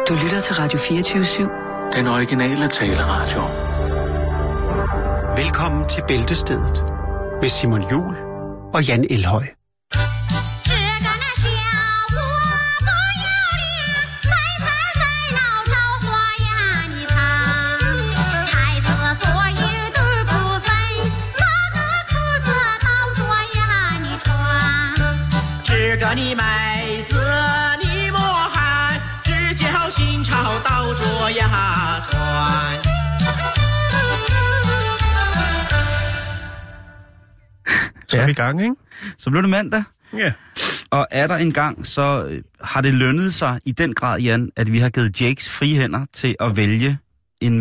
Du lytter til Radio 24/7. Den originale taleradio. Velkommen til Bæltestedet med Simon Juhl og Jan Elhøj. Så er vi i gang, ikke? Så blev det mandag. Ja. Og er der en gang, så har det lønnet sig i den grad, Jan, at vi har givet Jakes frie hænder til at vælge en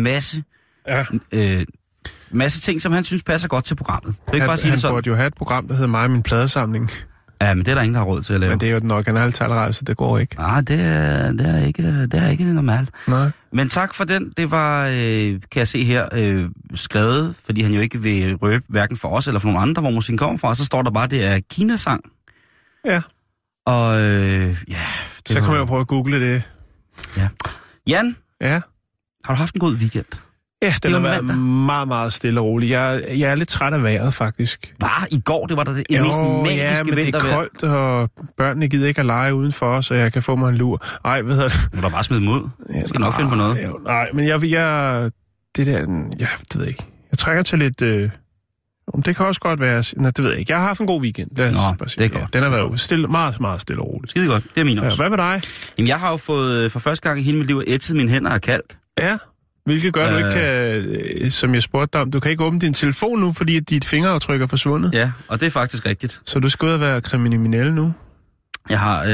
masse ting, som han synes passer godt til programmet. Han burde jo have et program, der hedder Mig og min pladesamling. Ja, men det er der ingen, der har råd til at lave. Men det er jo den originale taleradio, så det går ikke. Nej, det er ikke normalt. Nej. Men tak for den. Det var, kan jeg se her, skrevet, fordi han jo ikke vil røbe hverken for os eller for nogen andre, hvor musikken kommer fra. Så står der bare, det er Kina-sang. Ja. Og så kan man jo prøve at google det. Ja. Jan? Ja? Har du haft en god weekend? Ja, den har været meget, meget stille og rolig. Jeg er lidt træt af vejret, faktisk. Bare i går, det var der det mest magiske ja, men vintervejr. det er koldt, og børnene gider ikke at lege udenfor, så jeg kan få mig en lur. Ej, hvad hedder det? Du må da bare smide dem ud. Jeg skal nok finde på noget. Nej, men det ved jeg ikke. Jeg trækker til lidt... det kan også godt være... Nej, det ved jeg ikke. Jeg har haft en god weekend. Det er godt. Ja, den har været stille, meget, meget stille og roligt. Skide godt. Det er min også. Ja, hvad med dig? Jamen, jeg har jo fået for første gang i hele mit liv ætset mine hænder af kalk. Ja. Hvilket gør, du ikke kan, som jeg spurgte dig om, du kan ikke åbne din telefon nu, fordi dit fingeraftryk er forsvundet. Ja, og det er faktisk rigtigt. Så du skal ud og være kriminel nu? Jeg har,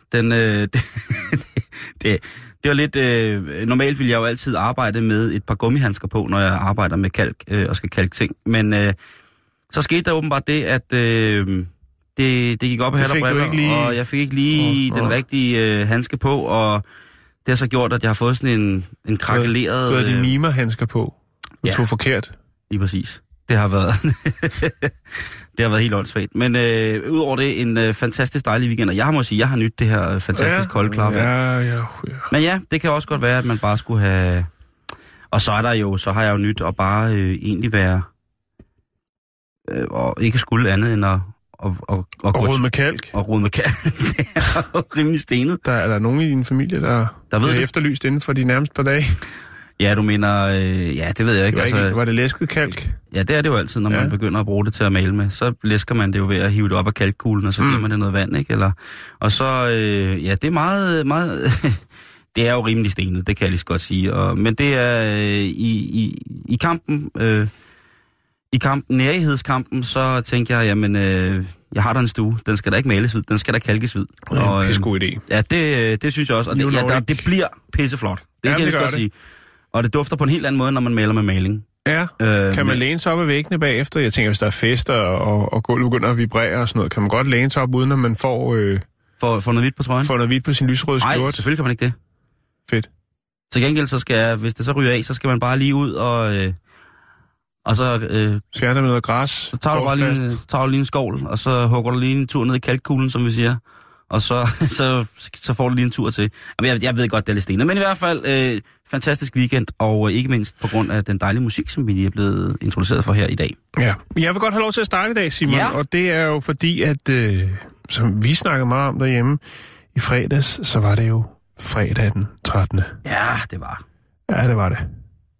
det var lidt, normalt vil jeg jo altid arbejde med et par gummihandsker på, når jeg arbejder med kalk og skal kalke ting. Men så skete der åbenbart det, at det gik op i hat og briller, og jeg fik ikke lige den rigtige handske på, og det har så gjort, at jeg har fået sådan en krakeleret... Du havde de mimerhandsker på. Du tog forkert. Lige præcis. Det har været... det har været helt åndssvagt. Men udover det, en fantastisk dejlig weekend. Og jeg må sige, jeg har nydt det her fantastisk kolde klare vejr. Ja. Men ja, det kan også godt være, at man bare skulle have... Og så har jeg jo nyt at bare egentlig være... og ikke skulle andet end at... Og rode med kalk. Og rode med kalk. Det er jo rimelig stenet. Der er nogen i din familie, der ved efterlyst inden for de nærmeste par dage? Ja, du mener... det ved jeg ikke. Var det læsket kalk? Ja, det er det jo altid, når man begynder at bruge det til at male med. Så læsker man det jo ved at hive det op af kalkkuglen, og så giver man det noget vand, ikke? Og så... det er meget... meget det er jo rimelig stenet, det kan jeg lige så godt sige. Men det er i kampen... I nærighedskampen, så tænkte jeg, jamen, jeg har der en stue. Den skal da ikke males vid. Den skal da kalkes vid. Det er en pissegod idé. Ja, det synes jeg også. Og det bliver pisseflot. Det kan jeg lige godt sige. Og det dufter på en helt anden måde, når man maler med maling. Ja, kan man læne sig op ad væggene bagefter? Jeg tænker, hvis der er fester, og gulvet begynder at vibrere og sådan noget, kan man godt læne sig op, uden at man får... får noget hvidt på trøjen? Får noget hvidt på sin lysrøde skjorte? Nej, selvfølgelig kan man ikke det. Fedt. Til gengæld, så hvis det så ryger af, så skal man bare lige ud og så... Skærer der med noget græs? Så tager du lige en skovl, og så hugger du lige en tur ned i kalkkuglen, som vi siger. Og så får du lige en tur til. Jamen, jeg ved godt, det er lidt stenet. Men i hvert fald, fantastisk weekend, og ikke mindst på grund af den dejlige musik, som vi lige er blevet introduceret for her i dag. Ja, jeg vil godt have lov til at starte i dag, Simon. Ja. Og det er jo fordi, at som vi snakker meget om derhjemme i fredags, så var det jo fredag den 13. Ja, det var. Ja, det var det.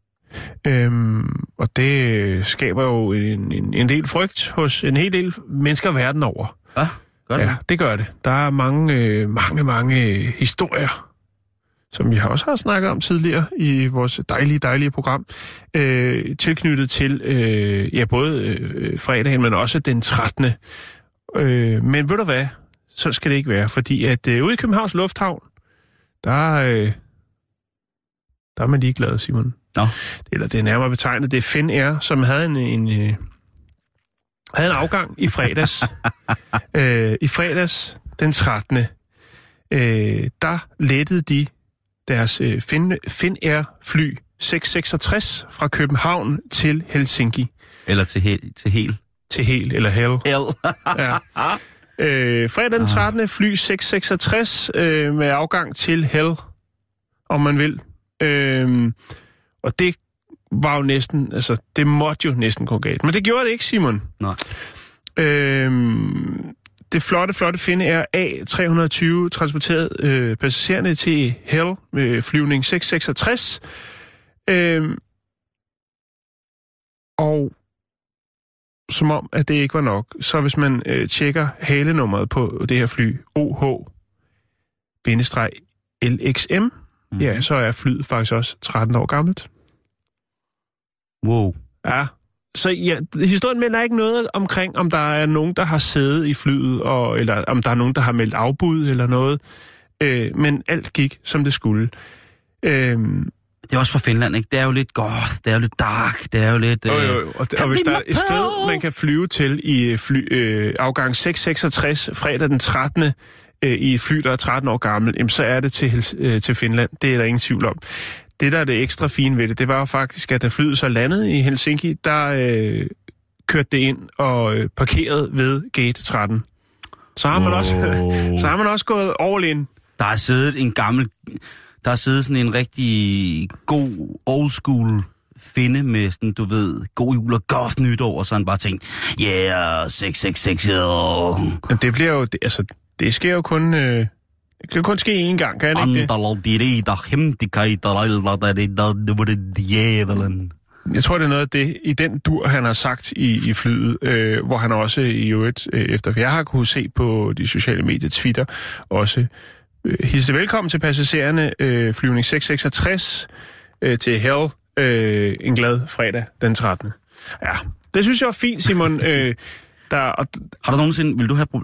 Og det skaber jo en del frygt hos en hel del mennesker verden over. Ja, gør det? Ja, det gør det. Der er mange historier, som vi også har snakket om tidligere i vores dejlige program, tilknyttet til både fredagen, men også den 13. Men ved du hvad? Så skal det ikke være, fordi at ude i Københavns Lufthavn, der er man ligeglad, Simon. Nå. Eller det er nærmere betegnet, det er Finnair, som havde en afgang i fredags. I fredags den 13. Der lettede de deres Finnair-fly 666 fra København til Helsinki. Eller til Hel. Til Hel, eller Hel. Ja. Fredag den 13. fly 666 med afgang til Hel. om man vil. Og det var jo næsten, altså det måtte jo næsten gå galt. Men det gjorde det ikke, Simon. Nej. Det flotte Finne Air A320 transporterede passagererne til Hell med flyvning 666. Og som om, at det ikke var nok, så hvis man tjekker halenummeret på det her fly, OH-LXM, ja, så er flyet faktisk også 13 år gammelt. Wow. Ja, så ja, historien melder ikke noget omkring, om der er nogen, der har siddet i flyet, eller om der er nogen, der har meldt afbud eller noget. Men alt gik, som det skulle. Det er også fra Finland, ikke? Det er jo lidt goth, det er jo lidt dark, det er jo lidt... Og hvis der er et sted, man kan flyve til i afgang 666 fredag den 13. I et fly, der er 13 år gammel, så er det til Finland. Det er der ingen tvivl om. Det, der er det ekstra fine ved det, det var jo faktisk, at da flyet så landede i Helsinki, der kørte det ind og parkerede ved gate 13. Så har man også gået all in. Der er siddet sådan en rigtig god old school finde med sådan, du ved, god jul og godt nytår, og så han bare tænkt, 666, Det bliver jo, det sker jo kun... det kan kun ske én gang, kan det ikke det? Jeg tror, det er noget af det, i den dur, han har sagt i flyet, hvor han også i øvrigt, efter jeg har kunne se på de sociale medier, Twitter, også hilse velkommen til passagererne, flyvning 666 til Hell, en glad fredag den 13. Ja, det synes jeg var fint, Simon. Har du nogensinde,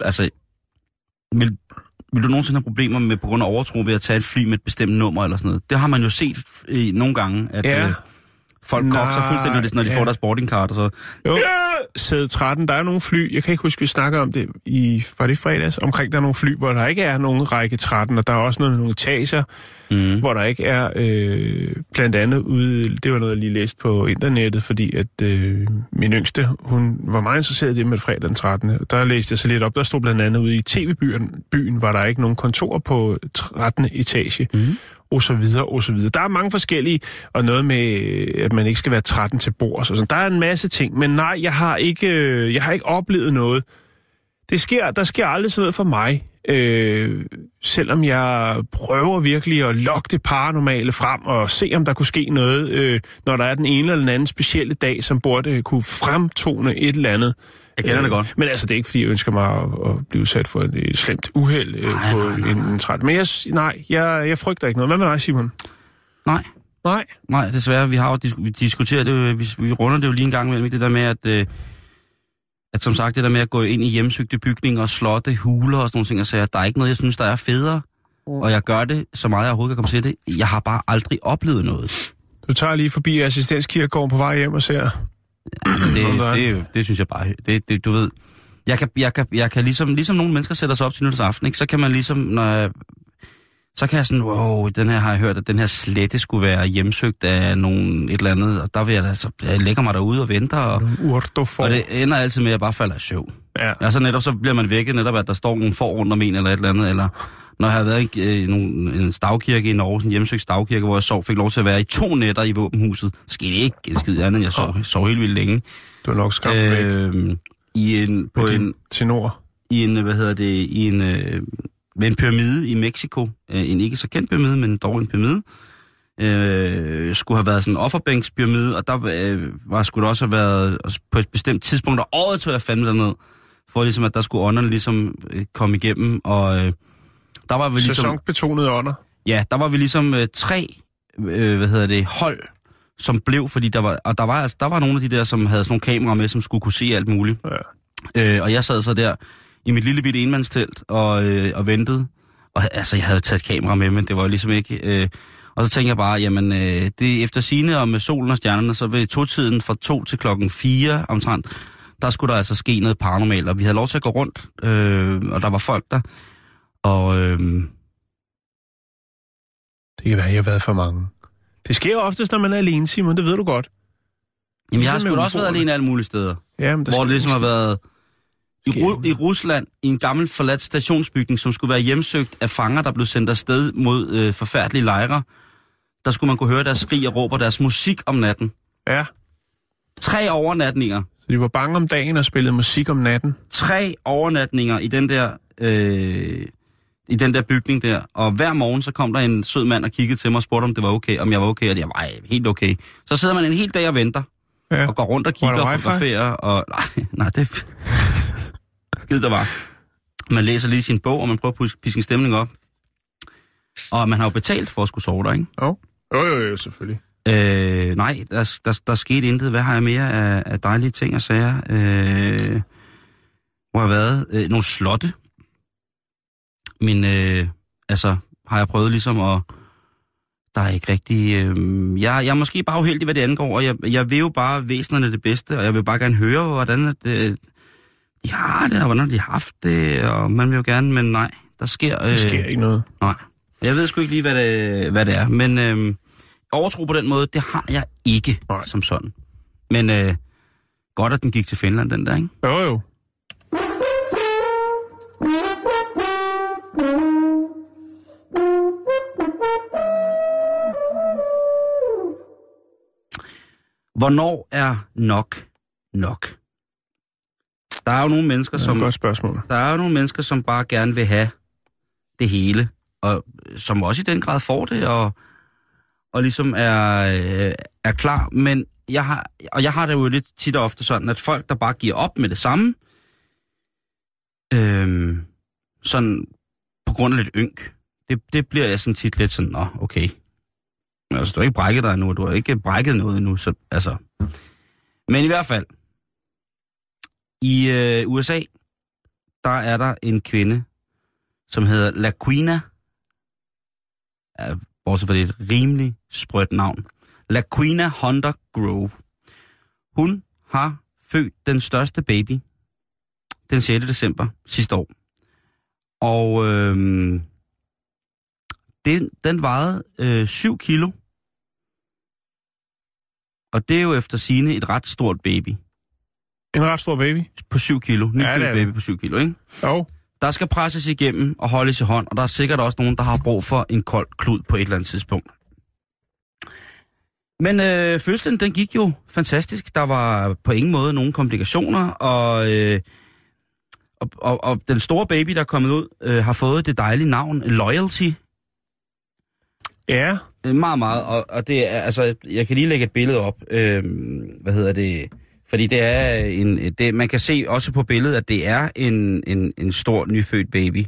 vil du nogensinde have problemer med på grund af overtro ved at tage et fly med et bestemt nummer eller sådan noget? Det har man jo set nogle gange, at folk kokser fuldstændig, når de får deres boardingcard og så... Jo, sæde 13, der er nogle fly, jeg kan ikke huske, vi snakker om det var det fredags, omkring der er nogle fly, hvor der ikke er nogen række 13, og der er også nogle etager, hvor der ikke er blandt andet ude, det var noget, jeg lige læste på internettet, fordi at min yngste, hun var meget interesseret i det med fredag den 13. Der læste jeg så lidt op, der stod blandt andet ude i TV-byen, var der ikke nogen kontor på 13. etage. Og så videre, og så videre. Der er mange forskellige, og noget med, at man ikke skal være 13 til bords. Og sådan. Der er en masse ting, men nej, jeg har ikke oplevet noget. Der sker aldrig sådan noget for mig. Selvom jeg prøver virkelig at lokke det paranormale frem og se, om der kunne ske noget, når der er den ene eller den anden specielle dag, som burde kunne fremtone et eller andet. Jeg kender det godt. Men altså, det er ikke, fordi jeg ønsker mig at blive udsat for et slemt uheld på en 13. Men jeg frygter ikke noget. Hvad med dig, Simon? Nej, desværre. Vi har jo diskuteret det, vi runder det jo lige en gang med det der med, at som sagt, det der med at gå ind i hjemsøgte bygninger, slotte, huler og sådan nogle ting, og sige, der er ikke noget, jeg synes, der er federe. Og jeg gør det, så meget jeg overhovedet kan komme til det. Jeg har bare aldrig oplevet noget. Du tager lige forbi Assistenskirkegården på vej hjem og ser... Det synes jeg bare... Det, du ved... Jeg kan ligesom nogle mennesker sætter sig op til nytårsaften, ikke? Så kan man ligesom... Så kan jeg sådan, wow, den her har jeg hørt, at den her slette skulle være hjemsøgt af et eller andet, og der vil jeg lægger mig derude og venter, og det ender altid med, at jeg bare falder i søvn. Ja. Og så bliver man vækket netop, at der står nogle får rundt om en eller et eller andet, eller når jeg har været i en stavkirke i Norge, en hjemsøgt stavkirke, hvor jeg fik lov til at være i 2 nætter i våbenhuset. Så skete ikke en skid andet, jeg sov helt vildt længe. Du er nok skræmt væk. Til nord. Ved en pyramide i Mexico, en ikke så kendt pyramide, men dog en pyramide, skulle have været sådan en offerbænkspyramide, og der skulle der også have været på et bestemt tidspunkt, og året tog jeg fandme derned, for ligesom at der skulle ånderne ligesom komme igennem, og der var vi ligesom... Sæsonbetonede ånder? Ja, der var vi ligesom 3, hold, som blev, fordi der var nogle af de der, som havde sådan nogle kameraer med, som skulle kunne se alt muligt. Ja. Og jeg sad så der i mit lille bitte enmandstelt og ventede. Og altså, jeg havde taget kamera med, men det var jo ligesom ikke... og så tænkte jeg bare, jamen, det efter sigende og med solen og stjernerne, så ved 2-tiden fra 2 til klokken 4 omtrent, der skulle der altså ske noget paranormalt. Og vi havde lov til at gå rundt, og der var folk der. Og... Det kan være, jeg har været for mange. Det sker jo oftest, når man er alene, Simon, det ved du godt. Jamen, jeg har sgu da også været alene alle mulige steder. Ja, men hvor det ligesom har været... I Rusland, i en gammel forladt stationsbygning, som skulle være hjemsøgt af fanger, der blev sendt afsted mod forfærdelige lejre, der skulle man kunne høre deres skrig og råb og deres musik om natten. Ja. 3 overnatninger. Så de var bange om dagen og spillede musik om natten? 3 overnatninger i den der bygning der. Og hver morgen så kom der en sød mand og kiggede til mig og spurgte, om det var okay, om jeg var okay, og jeg var helt okay. Så sidder man en hel dag og venter. Ja. Og går rundt og kigger og fotograferer. Og nej, det gider der var. Man læser lige sin bog, og man prøver at piske en stemning op. Og man har jo betalt for at skulle sove der, ikke? Jo, selvfølgelig. Nej, der skete intet. Hvad har jeg mere af dejlige ting at sige? Hvor har jeg været? Nogle slotte. Men har jeg prøvet ligesom at... Der er ikke rigtig... Jeg er måske bare uheldig, hvad det angår, og jeg vil jo bare væsenerne det bedste, og jeg vil bare gerne høre, hvordan de har det, og hvordan de har haft det, og man vil jo gerne, men nej, der sker ikke noget. Nej. Jeg ved sgu ikke lige, hvad det er, men overtro på den måde, det har jeg ikke som sådan. Men godt, at den gik til Finland, den der, ikke? Jo. Hvornår er nok? Der er jo nogle mennesker, som... godt spørgsmål. Der er jo nogle mennesker, som bare gerne vil have det hele, og som også i den grad får det, og ligesom er klar. Men jeg har det jo lidt tit og ofte sådan, at folk, der bare giver op med det samme, sådan på grund af lidt ynk, det bliver jeg sådan tit lidt sådan, okay. Altså, du har ikke brækket dig endnu, du har ikke brækket noget endnu, så altså... Men i hvert fald, i USA, der er der en kvinde, som hedder Laquina. Ja, bortset fra det et rimelig sprødt navn. Laquina Hunter Grove. Hun har født den største baby den 6. december sidste år. Og den vejede 7 kilo. Og det er jo efter sigende et ret stort baby. En ret stor baby? På 7 kilo. Nyfødt baby på 7 kilo, ikke? Jo. Der skal presses igennem og holdes i hånd, og der er sikkert også nogen, der har brug for en kold klud på et eller andet tidspunkt. Men fødslen, den gik jo fantastisk. Der var på ingen måde nogen komplikationer, og den store baby, der er kommet ud, har fået det dejlige navn Loyalty. Ja. Meget, meget, og det er, altså, jeg kan lige lægge et billede op, fordi det er man kan se også på billedet, at det er en stor nyfødt baby,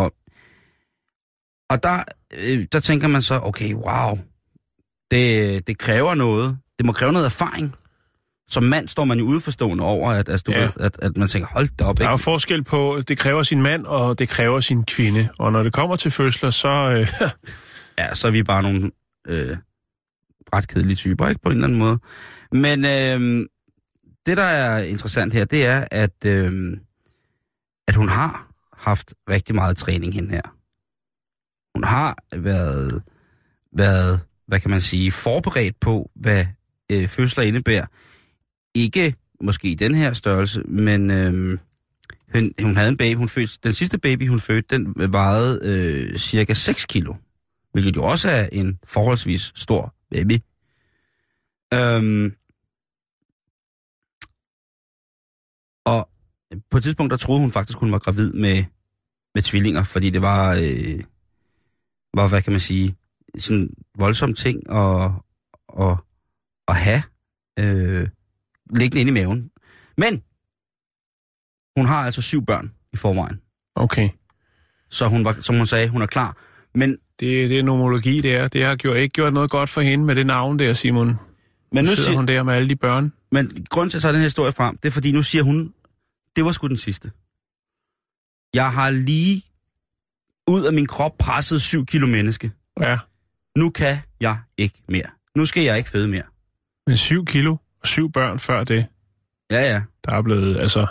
og der tænker man så, okay, wow, det kræver noget, det må kræve noget erfaring. Som mand står man jo udeforstående over, at man tænker, hold da op. Der er jo forskel på, det kræver sin mand, og det kræver sin kvinde, og når det kommer til fødsler, så... Ja, så er vi bare nogle ret kedelige typer, ikke? På en eller anden måde. Men det, der er interessant her, det er, at hun har haft rigtig meget træning hende her. Hun har været, hvad kan man sige, forberedt på, hvad fødsler indebærer. Ikke måske i den her størrelse, men hun havde en baby, den sidste baby, hun fødte, den vejede cirka 6 kilo. Hvilket jo også er en forholdsvis stor baby. Og på et tidspunkt, der troede hun faktisk, hun var gravid med tvillinger, fordi det var, hvad kan man sige, sådan en voldsom ting at have liggende inde i maven. Men hun har altså 7 børn i forvejen. Okay. Så hun var, som hun sagde, hun er klar. Men det er nomologi, det er. Det har ikke gjort noget godt for hende med det navn der, Simon. Men nu sidder hun der med alle de børn. Men grunden til at tage den her historie frem, det er fordi, nu siger hun, det var sgu den sidste. Jeg har lige ud af min krop presset 7 kilo menneske. Ja. Nu kan jeg ikke mere. Nu skal jeg ikke føde mere. Men 7 kilo og 7 børn før det. Ja. Der er blevet, altså...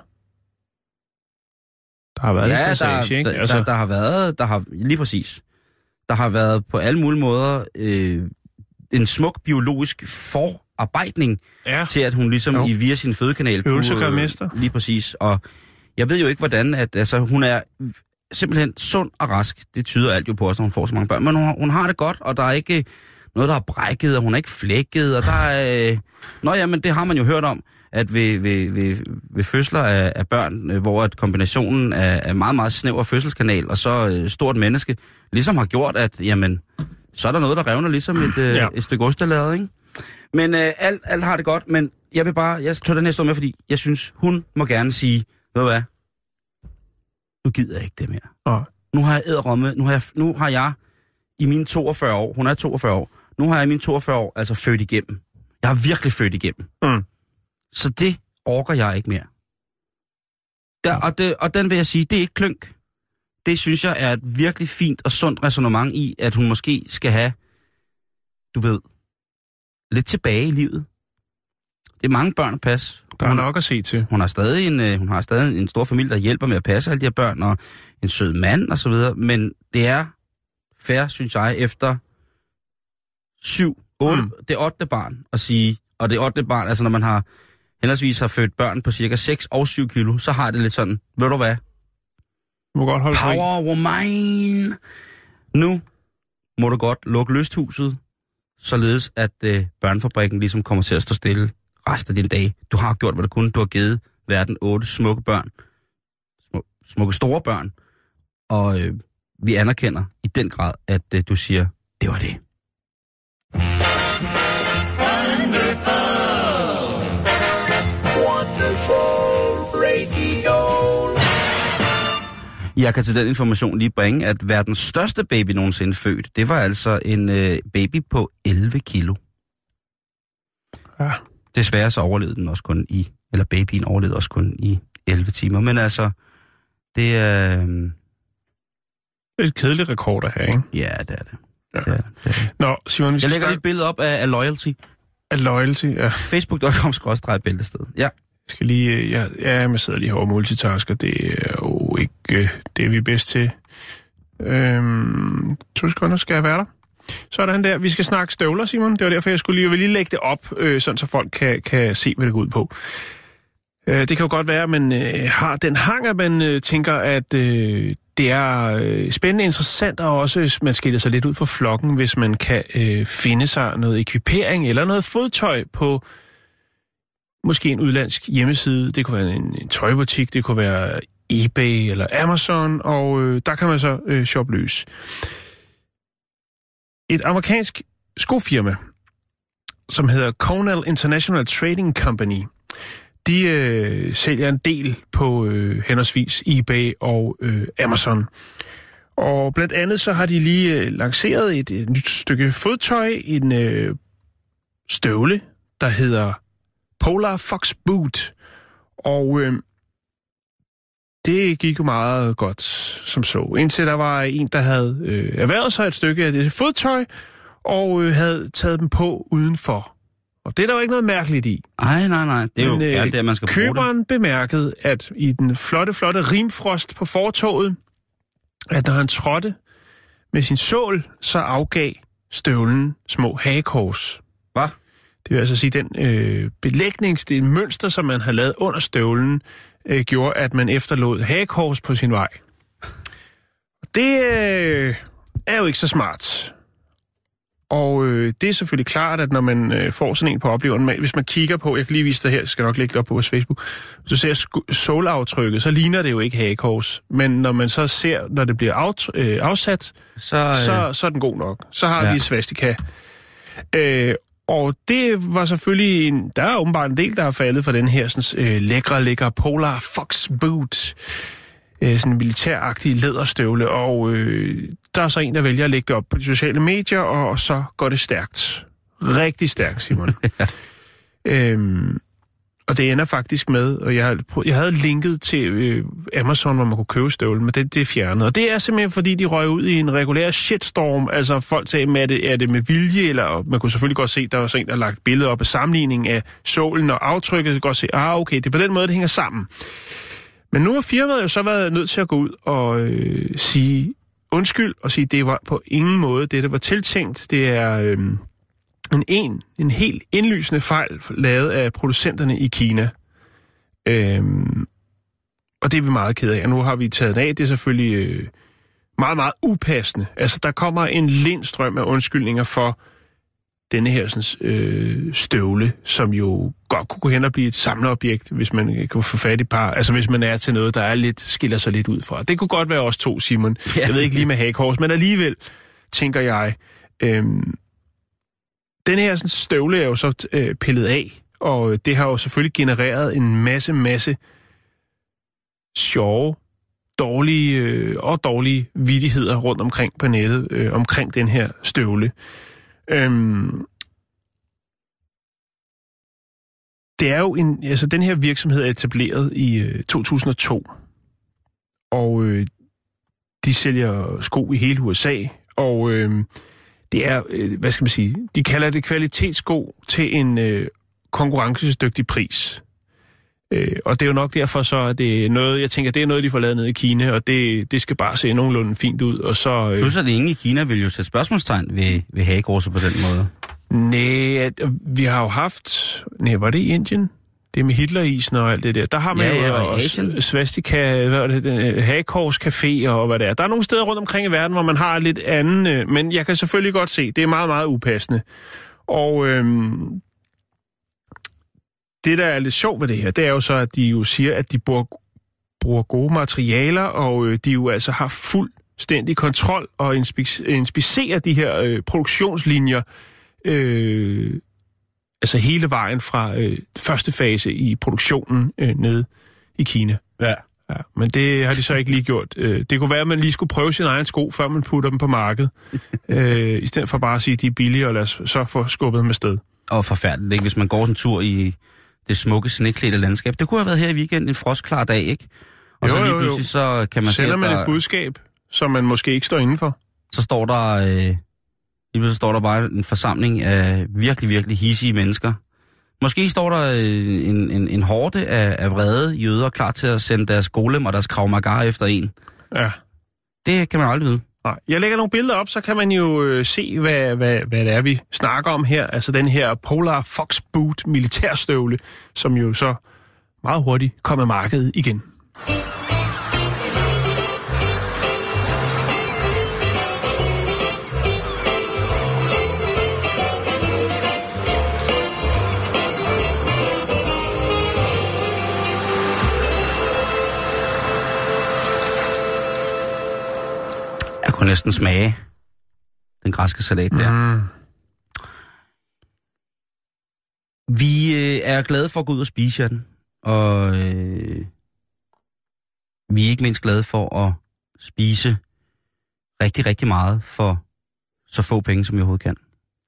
Der har været lidt passage, ikke? Der har været, lige præcis. Der har været på alle mulige måder en smuk biologisk forarbejdning til, at hun ligesom via sin fødekanal kunne... Lige præcis. Og jeg ved jo ikke, hvordan, at altså, hun er simpelthen sund og rask. Det tyder alt jo på os, når hun får så mange børn. Men hun har det godt, og der er noget, der er brækket, og hun er ikke flækket, og der er... Nå ja, men det har man jo hørt om, at ved fødsler af børn, hvor at kombinationen af meget, meget snæver fødselskanal og så stort menneske, ligesom har gjort, at jamen, så er der noget, der revner ligesom et stykke ostelade, ikke? Men alt har det godt, men jeg tog den her stå med, fordi jeg synes, hun må gerne sige, ved du hvad, nu gider jeg ikke det mere. Nu har jeg i mine 42 år, hun er 42 år, nu har jeg i mine 42 år altså født igennem. Jeg har virkelig født igennem. Så det orker jeg ikke mere. Og den vil jeg sige, det er ikke klønk. Det synes jeg er et virkelig fint og sundt ræsonnement i, at hun måske skal have, du ved, lidt tilbage i livet. Det er mange børn at passe. Der er nok at se til. Hun har stadig en stor familie, der hjælper med at passe alle de her børn, og en sød mand og så videre. Men det er fair, synes jeg, efter det 8. barn at sige, og det 8. barn, altså når man har henholdsvis har født børn på cirka 6 og 7 kilo, så har det lidt sådan, ved du hvad? Du må godt holde Power woman! Nu må du godt lukke lysthuset, således at børnefabrikken ligesom kommer til at stå stille resten af dine dage. Du har gjort, hvad du kunne. Du har givet verden 8 smukke børn. Smukke store børn. Og vi anerkender i den grad, at du siger, det var det. Jeg kan til den information lige bringe, at verdens største baby nogensinde født, det var altså en baby på 11 kilo. Ja. Desværre så overlevede den også kun babyen overlevede også kun i 11 timer. Men altså, det er... et kedeligt rekord at have, ikke? Ja, det er det. Ja. Det er det. Nå, Simon, jeg lægger lige et billede op af Loyalty. Af Loyalty, ja. Facebook.com/bæltested. Ja. Jeg skal lige... jeg sidder lige her og multitasker. Det er jo ikke det, vi er bedst til. 2 sekunder skal jeg være der. Sådan der. Vi skal snakke støvler, Simon. Det var derfor, jeg vil lige lægge det op, sådan så folk kan se, hvad det går ud på. Det kan jo godt være, at man har den hang, at man tænker, at det er spændende, interessant, og også man skiller sig lidt ud fra flokken, hvis man kan finde sig noget ekvipering eller noget fodtøj på måske en udlandsk hjemmeside. Det kunne være en tøjbutik, det kunne være eBay eller Amazon, og der kan man så shoppe løs. Et amerikansk skofirma, som hedder Cornell International Trading Company, de sælger en del på henholdsvis eBay og Amazon. Og blandt andet så har de lige lanceret et nyt stykke fodtøj, en støvle, der hedder Polar Fox Boot. Og det gik jo meget godt som så. Indtil der var en, der havde erhvervet sig et stykke af det fodtøj, og havde taget dem på udenfor. Og det er der jo ikke noget mærkeligt i. Nej. Det er jo gerne det, man skal bruge det. Køberen bemærkede, at i den flotte rimfrost på fortovet, at når han trådte med sin sål, så afgav støvlen små hagekors. Hvad? Det vil altså sige, den det mønster, som man havde lavet under støvlen, gjorde, at man efterlod hagekors på sin vej. Det er jo ikke så smart. Og det er selvfølgelig klart, at når man får sådan en på opleveren, hvis man kigger på, jeg kan lige vise det her, skal nok lægge det op på vores Facebook, hvis du ser sålaftrykket, så ligner det jo ikke hagekors. Men når man så ser, når det bliver afsat, så er den god nok. Så har vi svastika. Og det var selvfølgelig, der er åbenbart en del, der har faldet for den her sådan, lækre Polar Fox Boot. Sådan en militæragtig læderstøvle, og der er så en, der vælger at lægge det op på de sociale medier, og så går det stærkt. Rigtig stærkt, Simon. Og det ender faktisk med, og jeg havde linket til Amazon, hvor man kunne købe støvlen, men det er fjernet. Og det er simpelthen, fordi de røg ud i en regulær shitstorm. Altså folk sagde, er det med vilje, eller man kunne selvfølgelig godt se, der var så en, der lagt billeder op af sammenligning af sålen og aftrykket. Godt se, okay, det er på den måde, det hænger sammen. Men nu har firmaet jo så været nødt til at gå ud og sige undskyld, og sige, det var på ingen måde det, der var tiltænkt. Det er en helt indlysende fejl lavet af producenterne i Kina. Og det er vi meget ked af. Og nu har vi taget af. Det er selvfølgelig meget, meget upassende. Altså, der kommer en lindstrøm af undskyldninger for denne her sådan, støvle, som jo godt kunne gå hen og blive et samlerobjekt, hvis man kan få fat i par. Altså hvis man er til noget, der er lidt, skiller sig lidt ud fra. Det kunne godt være os to, Simon. Ja. Jeg ved ikke lige med hagekors, men alligevel, tænker jeg, den her sådan, støvle er jo så pillet af, og det har jo selvfølgelig genereret en masse sjove, dårlige vittigheder rundt omkring på nettet, omkring den her støvle. Det er jo den her virksomhed er etableret i 2002, og de sælger sko i hele USA, og det er, hvad skal man sige, de kalder det kvalitetssko til en konkurrencedygtig pris. Og det er jo nok derfor så, at det er noget, jeg tænker, det er noget, de får lavet ned i Kina, og det skal bare se nogenlunde fint ud, og så... Plus at ingen i Kina vil jo sætte spørgsmålstegn ved hagekorset på den måde. Nej, vi har jo haft... Nej, var det i Indien? Det med Hitlerisen og alt det der. Der har man jo også svastika, hagekors café og hvad det er. Der er nogle steder rundt omkring i verden, hvor man har lidt anden... Men jeg kan selvfølgelig godt se, det er meget, meget upassende. Og... Det, der er lidt sjovt ved det her, det er jo så, at de jo siger, at de bruger gode materialer, og de jo altså har fuldstændig kontrol og inspicerer de her produktionslinjer, altså hele vejen fra første fase i produktionen nede i Kina. Ja. Ja, men det har de så ikke lige gjort. Det kunne være, at man lige skulle prøve sin egen sko, før man putter dem på markedet, i stedet for bare at sige, at de er billige, og lad os så få skubbet dem afsted. Og forfærdeligt, ikke? Hvis man går en tur i det smukke, sneklædte landskab. Det kunne have været her i weekenden en frostklar dag, ikke? Og så lige pludselig, så kan man se, sender man et budskab, som man måske ikke står indenfor. Så står der, bare en forsamling af virkelig, virkelig hidsige mennesker. Måske står der en horde af vrede jøder klar til at sende deres golem og deres Krav Maga efter en. Ja. Det kan man aldrig vide. Nej. Jeg lægger nogle billeder op, så kan man jo se, hvad det er, vi snakker om her. Altså den her Polar Fox Boot militærstøvle, som jo så meget hurtigt kommer markedet igen. Jeg kunne næsten smage den græske salat der. Vi er glade for at gå ud og spise, Jan. Og vi er ikke mindst glade for at spise rigtig, rigtig meget for så få penge, som vi overhovedet kan.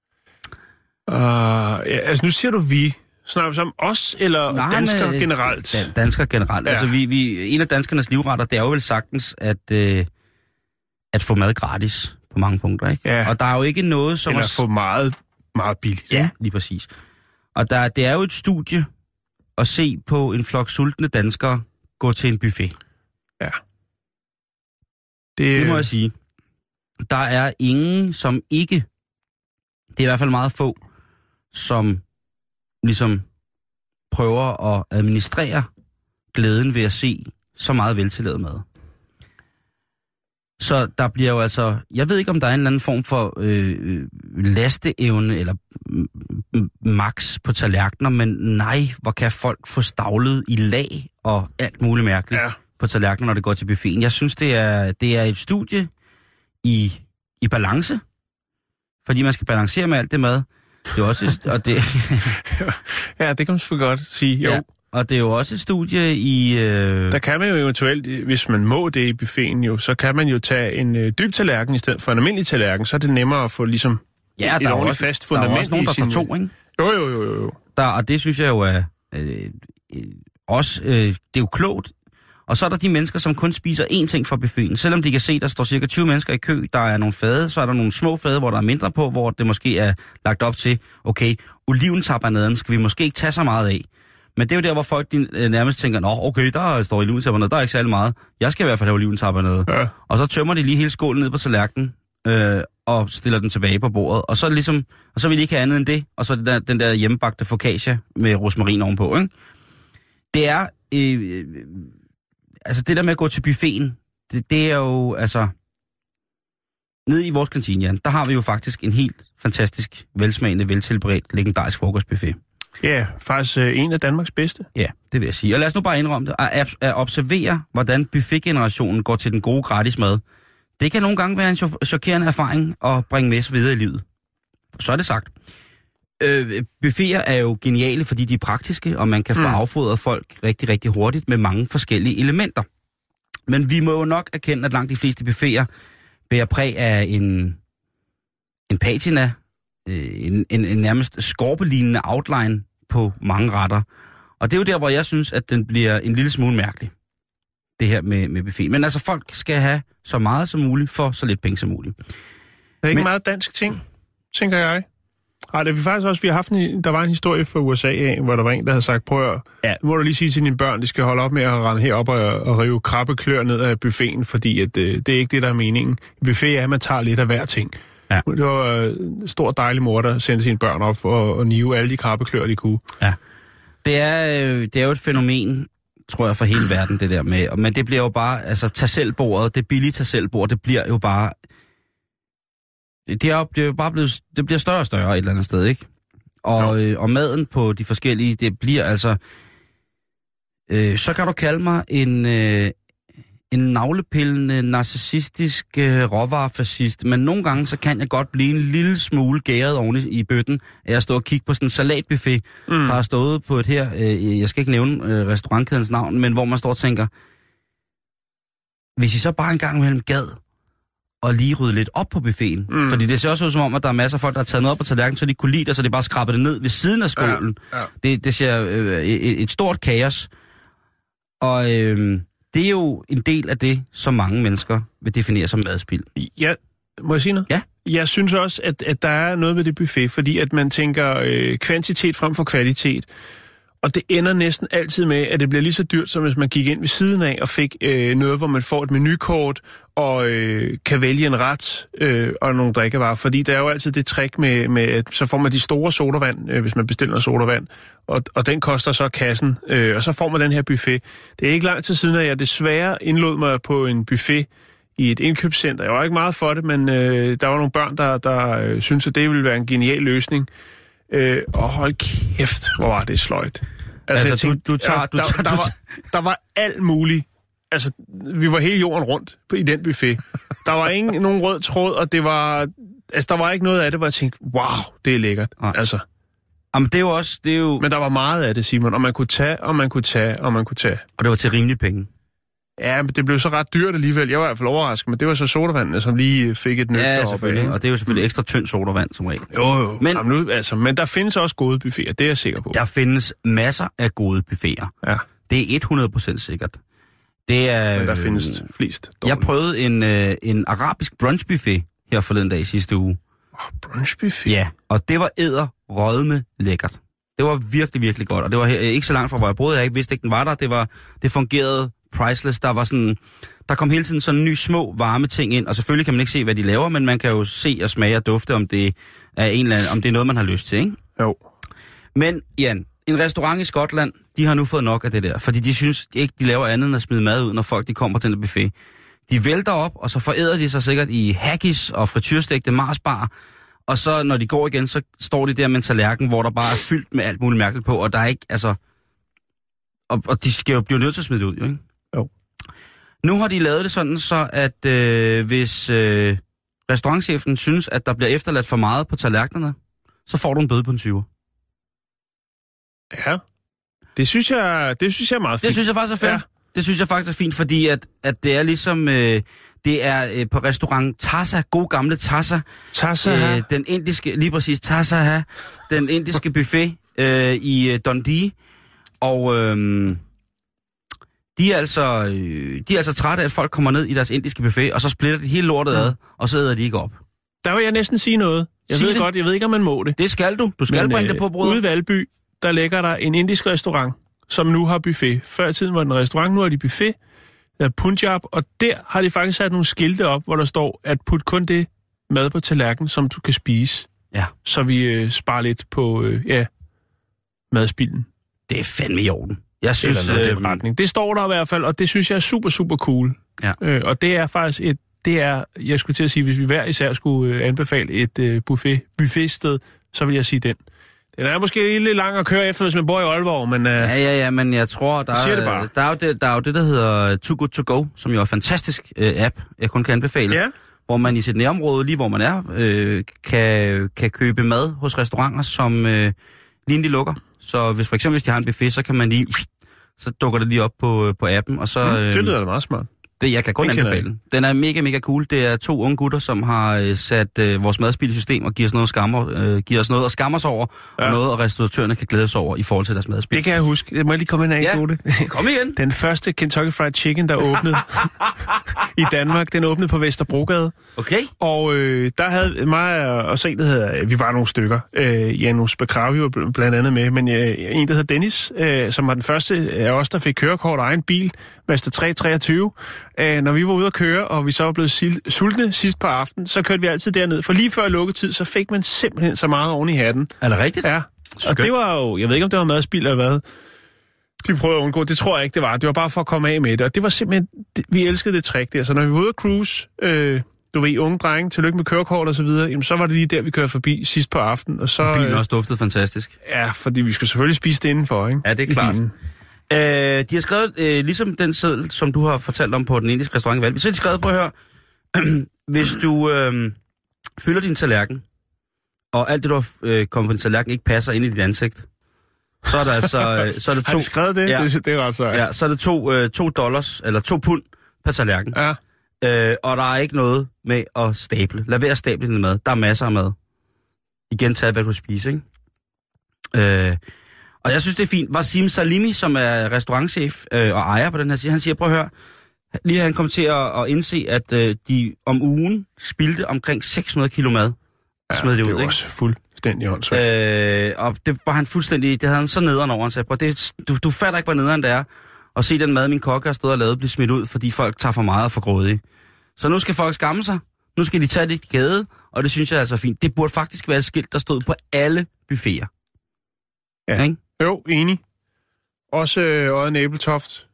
Ja, altså nu siger du vi. Snakker vi som os, eller danskere generelt? Danskere generelt. Ja. Altså en af danskernes livretter, det er jo vel sagtens, at få mad gratis på mange punkter, ikke? Ja. Og der er jo ikke noget som... Eller at få meget, meget billigt. Ja, lige præcis. Og det er jo et studie at se på en flok sultne danskere gå til en buffet. Ja. Det må jeg sige. Der er ingen, som ikke... Det er i hvert fald meget få, som ligesom prøver at administrere glæden ved at se så meget veltillavet mad. Så der bliver jo altså... Jeg ved ikke, om der er en eller anden form for lasteevne eller max på tallerkener, men nej, hvor kan folk få stavlet i lag og alt muligt mærkeligt på tallerkener, når det går til buffeten. Jeg synes, det er et studie i balance, fordi man skal balancere med alt det mad. Det er også... og det, ja, det kan man selvfølgelig godt sige, jo. Ja. Og det er jo også et studie i... Der kan man jo eventuelt, hvis man må det i buffeten jo, så kan man jo tage en dyb tallerken i stedet for en almindelig tallerken, så er det nemmere at få ligesom et ordentligt fast fundament. Der er også nogen, der tager to, ikke? Jo. Og det synes jeg jo er også... det er jo klogt. Og så er der de mennesker, som kun spiser én ting fra buffeten. Selvom de kan se, der står cirka 20 mennesker i kø, der er nogle fade, så er der nogle små fade, hvor der er mindre på, hvor det måske er lagt op til, okay, oliventabernaden skal vi måske ikke tage så meget af. Men det er jo der, hvor folk nærmest tænker, nå, okay, der står oliventabernaden, der er ikke særlig meget. Jeg skal i hvert fald have oliventabernaden. Ja. Og så tømmer de lige hele skålen ned på tallerkenen, og stiller den tilbage på bordet. Og så ligesom, og så vil de ikke have andet end det, og så den der hjemmebagte focaccia med rosmarin ovenpå, ikke? Det er... altså det der med at gå til buffeten, det er jo, altså... Nede i vores kantine, Jan, der har vi jo faktisk en helt fantastisk, velsmagende, veltilberedt, legendarisk frokostbuffet. Ja, faktisk en af Danmarks bedste. Ja, det vil jeg sige. Og lad os nu bare indrømme det. At observere, hvordan buffetgenerationen går til den gode gratis mad. Det kan nogle gange være en chokerende erfaring at bringe med sig videre i livet. Så er det sagt. Buffeter er jo geniale, fordi de er praktiske, og man kan få affodret folk rigtig, rigtig hurtigt med mange forskellige elementer. Men vi må jo nok erkende, at langt de fleste buffeter bærer præg af en patina, en nærmest skorpelignende outline på mange retter. Og det er jo der, hvor jeg synes, at den bliver en lille smule mærkelig, det her med buffet. Men altså, folk skal have så meget som muligt for så lidt penge som muligt. Det er ikke meget dansk ting, tænker jeg. Ej, det er vi faktisk også, vi har haft der var en historie fra USA af, hvor der var en, der havde sagt, prøv at, nu må du lige sige til dine børn, de skal holde op med at rende herop og rive krabbeklør ned af buffeten, fordi at, det er ikke det, der er meningen. I buffet er, at man tager lidt af hver ting. Ja. Det var en stor dejlig mor, der sendte sine børn op for at nive alle de krabbeklør, de kunne. Ja. Det er jo et fænomen, tror jeg, for hele verden, det der med. Men det bliver jo bare, altså tag selv bordet, det billige tag selv bord, det bliver jo bare... Det bliver større og større et eller andet sted, ikke? Og maden på de forskellige, det bliver altså... så kan du kalde mig en navlepillende, narcissistisk råvarefascist, men nogle gange så kan jeg godt blive en lille smule gæret oven i bøtten, at jeg står og kigger på sådan en salatbuffet, der har stået på et her, jeg skal ikke nævne restaurantkædens navn, men hvor man står og tænker, hvis I så bare en gang imellem gad og lige rydde lidt op på buffeten. Fordi det ser også ud som om, at der er masser af folk, der har taget noget op på tallerkenen, så de kunne lide det, så de bare skraber det ned ved siden af skålen. Ja. Det ser et stort kaos. Og det er jo en del af det, som mange mennesker vil definere som madspild. Ja, må jeg sige noget? Ja. Jeg synes også, at der er noget ved det buffet, fordi at man tænker kvantitet frem for kvalitet. Og det ender næsten altid med, at det bliver lige så dyrt, som hvis man gik ind ved siden af og fik noget, hvor man får et menukort og kan vælge en ret og nogle drikkevarer. Fordi der er jo altid det trick med at så får man de store sodavand, hvis man bestiller sodavand, og den koster så kassen, og så får man den her buffet. Det er ikke lang tid siden, at jeg desværre indlod mig på en buffet i et indkøbscenter. Jeg var ikke meget for det, men der var nogle børn, der syntes, at det ville være en genial løsning. Og hold kæft, hvor var det sløjt. Altså der var alt muligt. Altså, vi var hele jorden rundt i den buffet. Der var nogen rød tråd, og det var... Altså, der var ikke noget af det, hvor jeg tænkte, wow, det er lækkert. Nej. Altså. Jamen, det er jo også... Det er jo... Men der var meget af det, Simon, og man kunne tage. Og det var til rimelige penge. Ja, men det blev så ret dyrt alligevel. Jeg var i hvert fald overrasket, men det var så sodavandene, som lige fik et nødt deroppe. Ja, selvfølgelig. Og det er jo selvfølgelig ekstra tynd sodavand, som regel. Jo. Men der findes også gode buffeter, det er jeg sikker på. Der findes masser af gode buffeter. Ja. Det er 100% sikkert. Det er... Men der findes flest dårlige. Jeg prøvede en arabisk brunchbuffet her forleden dag sidste uge. Brunchbuffet? Ja, og det var edderrødme lækkert. Det var virkelig, virkelig godt. Og det var ikke så langt fra, hvor jeg boede. Jeg vidste ikke, den var der. Det fungerede priceless. Der kom hele tiden sådan nye små varme ting ind, og selvfølgelig kan man ikke se, hvad de laver, men man kan jo se og smage og dufte, om det er om det er noget, man har lyst til, ikke? Jo. Men Jan, en restaurant i Skotland, de har nu fået nok af det der, fordi de synes ikke, de laver andet end at smide mad ud, når folk de kommer til den buffet. De vælter op, og så foræder de sig sikkert i haggis og frityrstegte marsbar, og så når de går igen, så står de der med en tallerken, hvor der bare er fyldt med alt muligt mærkeligt på, og der er ikke, altså... Og de skal jo blive nødt til at smide det ud, jo, ikke? Jo. Nu har de lavet det sådan, så at hvis restaurantchefen synes, at der bliver efterladt for meget på tallerkenerne, så får du en bøde på en 20'er. Ja. Det synes jeg er meget fint. Det synes jeg faktisk er fair. Ja. Det synes jeg faktisk er fint, fordi at det er ligesom... det er på restaurant Tassa, god gamle Tassa. Tassa. Den indiske, lige præcis Tassa, den indiske buffet i Dundee. Og de er altså trætte af, at folk kommer ned i deres indiske buffet, og så splitter de hele lortet ad, og så æder de ikke op. Der vil jeg næsten sige noget. Jeg ved ikke, om man må det. Det skal du. Du skal bringe det på brød. Ude i Valby, der ligger der en indisk restaurant, som nu har buffet. Før i tiden var den restaurant, nu har de buffet. Der er Punjab, og der har de faktisk sat nogle skilte op, hvor der står, at put kun det mad på tallerkenen, som du kan spise. Ja. Så vi sparer lidt på madspilden. Det er fandme i orden. Jeg synes, det står der i hvert fald, og det synes jeg er super, super cool. Ja. Og det er faktisk det er, jeg skulle til at sige, hvis vi hver især skulle anbefale et buffetsted, så vil jeg sige den. Den er måske lidt lang at køre efter, hvis man bor i Aalborg, men... Ja, men jeg tror, der er jo det, der hedder Too Good To Go, som jo er en fantastisk app, jeg kun kan anbefale. Ja. Hvor man i sit nærområde, lige hvor man er, kan købe mad hos restauranter, som lige de lukker. Så hvis for eksempel, hvis de har en buffet, så kan man lige... Så dukker det lige op på appen, og så... det lyder da meget smart. Jeg kan kun anbefale den. Den er mega, mega cool. Det er 2 unge gutter, som har sat vores madspil i system og giver os noget at skamme os over, og noget, at restauratørerne kan glæde sig over i forhold til deres madspil. Det kan jeg huske. Det må jeg lige komme ind af, anekdote. Ja, kom igen. Den første Kentucky Fried Chicken, der åbnede i Danmark, den åbnede på Vesterbrogade. Okay. Og der havde mig og så en, der hedder, vi var nogle stykker. Janus Bekravi var blandt andet med, men en, der hedder Dennis, som var den første af os, der fik kørekort og egen bil, Mazda 323. Når vi var ude at køre, og vi så var blevet sultne sidst på aftenen, så kørte vi altid derned. For lige før lukketid, så fik man simpelthen så meget oven i hatten. Er det rigtigt? Ja. Og det var jo, jeg ved ikke, om det var madspil eller hvad. De prøvede at undgå. Det tror jeg ikke, det var. Det var bare for at komme af med det. Og det var simpelthen, vi elskede det trick der. Så når vi var ude at cruise, du ved, unge drenge, tillykke med kørekort og så videre, jamen, så var det lige der, vi kørte forbi sidst på aftenen. Og så bilen også duftede fantastisk. Ja, fordi vi skulle selvfølgelig spise det indenfor, ikke? Ja, det er klart. De har skrevet, ligesom den seddel, som du har fortalt om på den indiske restaurant i Valby, så har de skrevet, på at høre, hvis du fylder din tallerken, og alt det, du har kommet på din tallerken, ikke passer ind i dit ansigt, så er der altså... så er det 2, har de skrevet det? Ja, det er ret så. Ja, så er det $2, eller 2 pund per tallerken. Ja. Og der er ikke noget med at stable. Lad være at stable din mad. Der er masser af mad. Igen, tag hvad du spiser, ikke? Og jeg synes, det er fint. Wasim Salimi, som er restaurantchef og ejer på den her side, han siger, prøv at høre, lige han kom til at indse, at de om ugen spildte omkring 600 kilo mad. Ja, smed det ud, ikke? Også fuldstændig åndssvagt. Og det var han fuldstændig, det havde han så nederen over. Han sagde, prøv, du fatter ikke, hvor nederen det er at se den mad, min kokke har stået og lavet, blive smidt ud, fordi folk tager for meget og for grådige. Så nu skal folk skamme sig. Nu skal de tage lidt gade, og det synes jeg er så fint. Det burde faktisk være et skilt, der stod på alle buffeter. Ja. Ikke? Jo, enig. Også Odden Æbletoft.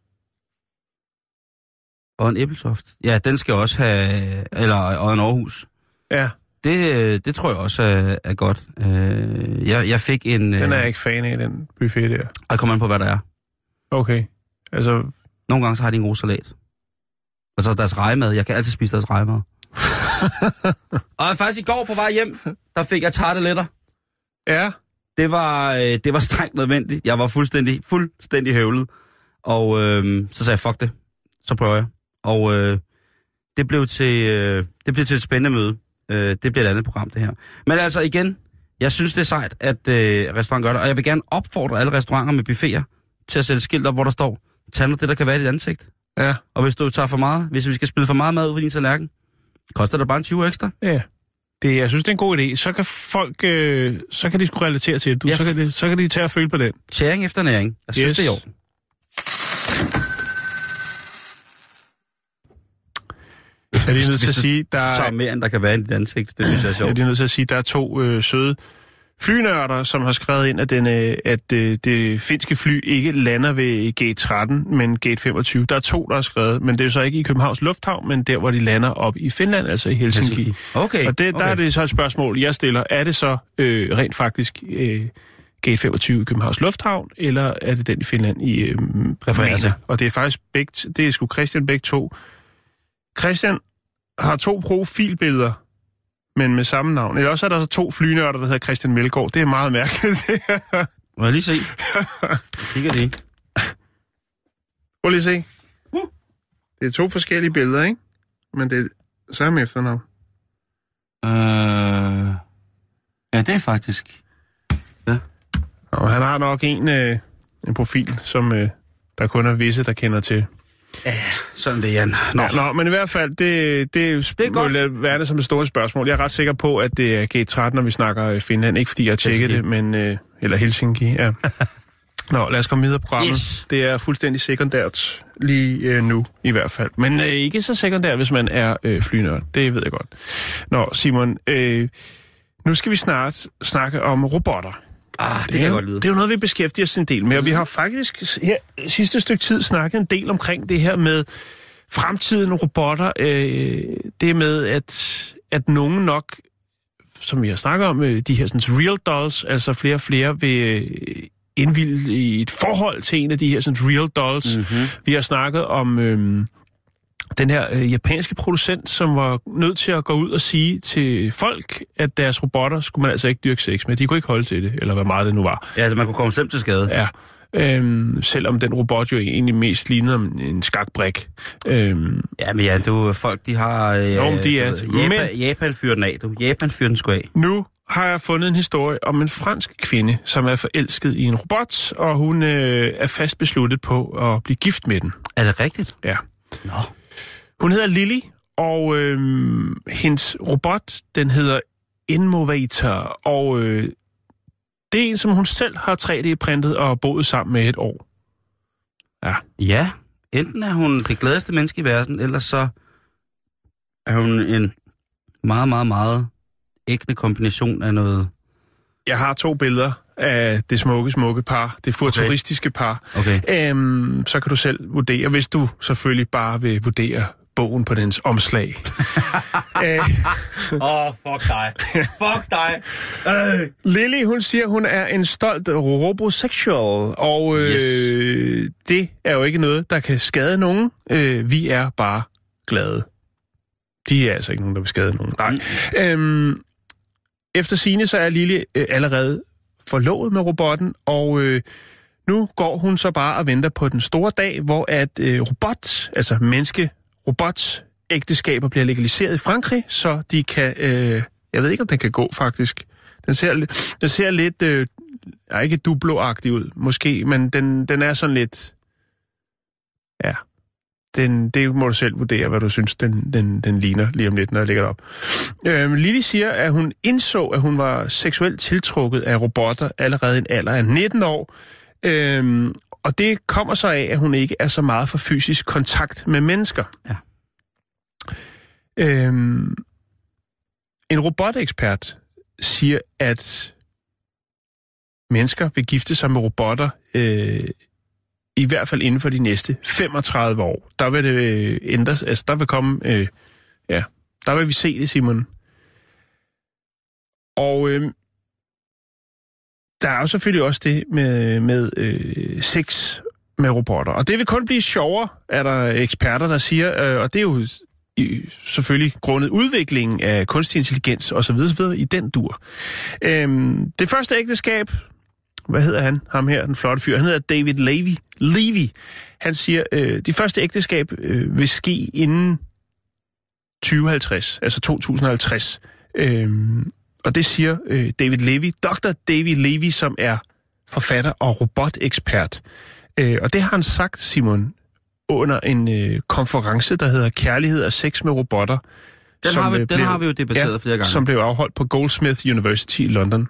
Odden Æbletoft? Ja, den skal også have... Eller Odden Aarhus. Ja. Det tror jeg også er godt. Jeg fik en... Den er jeg ikke fan af, den buffet der. Og kommer an på, hvad der er. Okay. Altså... Nogle gange så har de en god salat. Og så deres regemad. Jeg kan altid spise deres regemad. Og faktisk i går på vej hjem, der fik jeg tarteletter. Ja. Det var strengt nødvendigt. Jeg var fuldstændig høvlet. Og så sagde jeg, fuck det. Så prøver jeg. Og det blev til et spændende møde. Det bliver et andet program, det her. Men altså igen, jeg synes, det er sejt, at restauranten gør det. Og jeg vil gerne opfordre alle restauranter med buffeter til at sætte skilt op, hvor der står, tag nu det, der kan være i dit ansigt. Ja. Og hvis du tager for meget, hvis vi skal spille for meget mad ud på din tallerken, koster det bare en 20 ekstra. Ja. Jeg synes, det er en god idé. Så kan folk, så kan de sgu relatere til det. Så kan de tage og føle på den. Tæring efter næring. Jeg synes, det er jo. Jeg er lige nødt til at sige, der er... Så mere, end der kan være i dit ansigt. Det synes jeg er sjovt. Jeg er lige nødt til at sige, der er 2 søde flynørder, som har skrevet ind, at det finske fly ikke lander ved gate 13, men gate 25. Der er 2, der har skrevet, men det er jo så ikke i Københavns Lufthavn, men der, hvor de lander op i Finland, altså i Helsinki. Okay. Og der er det så et spørgsmål, jeg stiller. Er det så rent faktisk gate 25 i Københavns Lufthavn, eller er det den i Finland i Mana? Og det er faktisk det er sgu Christian begge 2. Christian har 2 profilbilleder, men med samme navn. Eller også er der så 2 flynørder, der hedder Christian Melgaard. Det er meget mærkeligt. Må jeg lige se? Kigger det. Prøv lige se. Det er 2 forskellige billeder, ikke? Men det er samme efternavn. Ja, det er faktisk. Ja. Og han har nok en profil, som der kun er visse, der kender til. Ja, sådan det, Jan. Nå, men i hvert fald, det må være det som et stort spørgsmål. Jeg er ret sikker på, at det er G13, når vi snakker Finland. Ikke fordi jeg har tjekket det, men... eller Helsinki, ja. Nå, lad os komme videre på programmet. Yes. Det er fuldstændig sekundært lige nu, i hvert fald. Men ikke så sekundært, hvis man er flynørd. Det ved jeg godt. Nå, Simon, nu skal vi snart snakke om robotter. Det kan godt lyde. Det er jo noget, vi beskæftiger os en del med, og vi har faktisk her sidste stykke tid snakket en del omkring det her med fremtiden robotter, det med, at nogen nok, som vi har snakket om, de her sådan, real dolls, altså flere og flere vil indvilde i et forhold til en af de her sådan, real dolls. Mm-hmm. Vi har snakket om den her japanske producent, som var nødt til at gå ud og sige til folk, at deres robotter skulle man altså ikke dyrke sex med. De kunne ikke holde til det, eller hvad meget det nu var. Ja, altså man kunne komme slemt til skade. Ja. Selvom den robot jo egentlig mest lignede en skakbrik. Ja, men ja, folk de har... Japan fyrer den af, Japan fyrer den sgu af. Nu har jeg fundet en historie om en fransk kvinde, som er forelsket i en robot, og hun er fast besluttet på at blive gift med den. Er det rigtigt? Ja. Nå. Hun hedder Lily, og hendes robot, den hedder Innovator, og det er en, som hun selv har 3D-printet og boet sammen med et år. Ja. Ja, enten er hun det gladeste menneske i verden, eller så er hun en meget, meget, meget ægte kombination af noget... Jeg har 2 billeder af det smukke par, det futuristiske par. Okay. Så kan du selv vurdere, hvis du selvfølgelig bare vil vurdere bogen på dens omslag. Fuck dig. Fuck dig. Lily, hun siger, hun er en stolt robosexual, og det er jo ikke noget, der kan skade nogen. Vi er bare glade. De er altså ikke nogen, der vil skade nogen. Nej. Efter sigende, så er Lily allerede forlovet med robotten, og nu går hun så bare og venter på den store dag, hvor at altså menneske-robot-ægteskaber bliver legaliseret i Frankrig, så de kan... jeg ved ikke, om den kan gå, faktisk. Den ser lidt... ikke Duplo-agtig ud, måske, men den er sådan lidt... Ja... Det må du selv vurdere, hvad du synes, den ligner lige om lidt, når jeg lægger det op. Lily siger, at hun indså, at hun var seksuelt tiltrukket af robotter allerede i en alder af 19 år. Og det kommer så af, at hun ikke er så meget for fysisk kontakt med mennesker. Ja. En robotekspert siger, at mennesker vil gifte sig med robotter i hvert fald inden for de næste 35 år. Der vil det ændres, altså der vil komme, der vil vi se det, Simon. Og der er jo selvfølgelig også det med sex med robotter. Og det vil kun blive sjovere, er der eksperter, der siger, og det er jo selvfølgelig grundet udviklingen af kunstig intelligens osv. i den dur. Det første ægteskab, hvad hedder han? Ham her, den flotte fyr. Han hedder David Levy. Han siger, de første ægteskab vil ske inden 2050, altså 2050. Og det siger David Levy, Dr. David Levy, som er forfatter og robotekspert. Og det har han sagt, Simon, under en konference, der hedder Kærlighed og sex med robotter. Den har vi jo debatteret flere gange. Som blev afholdt på Goldsmith University i London.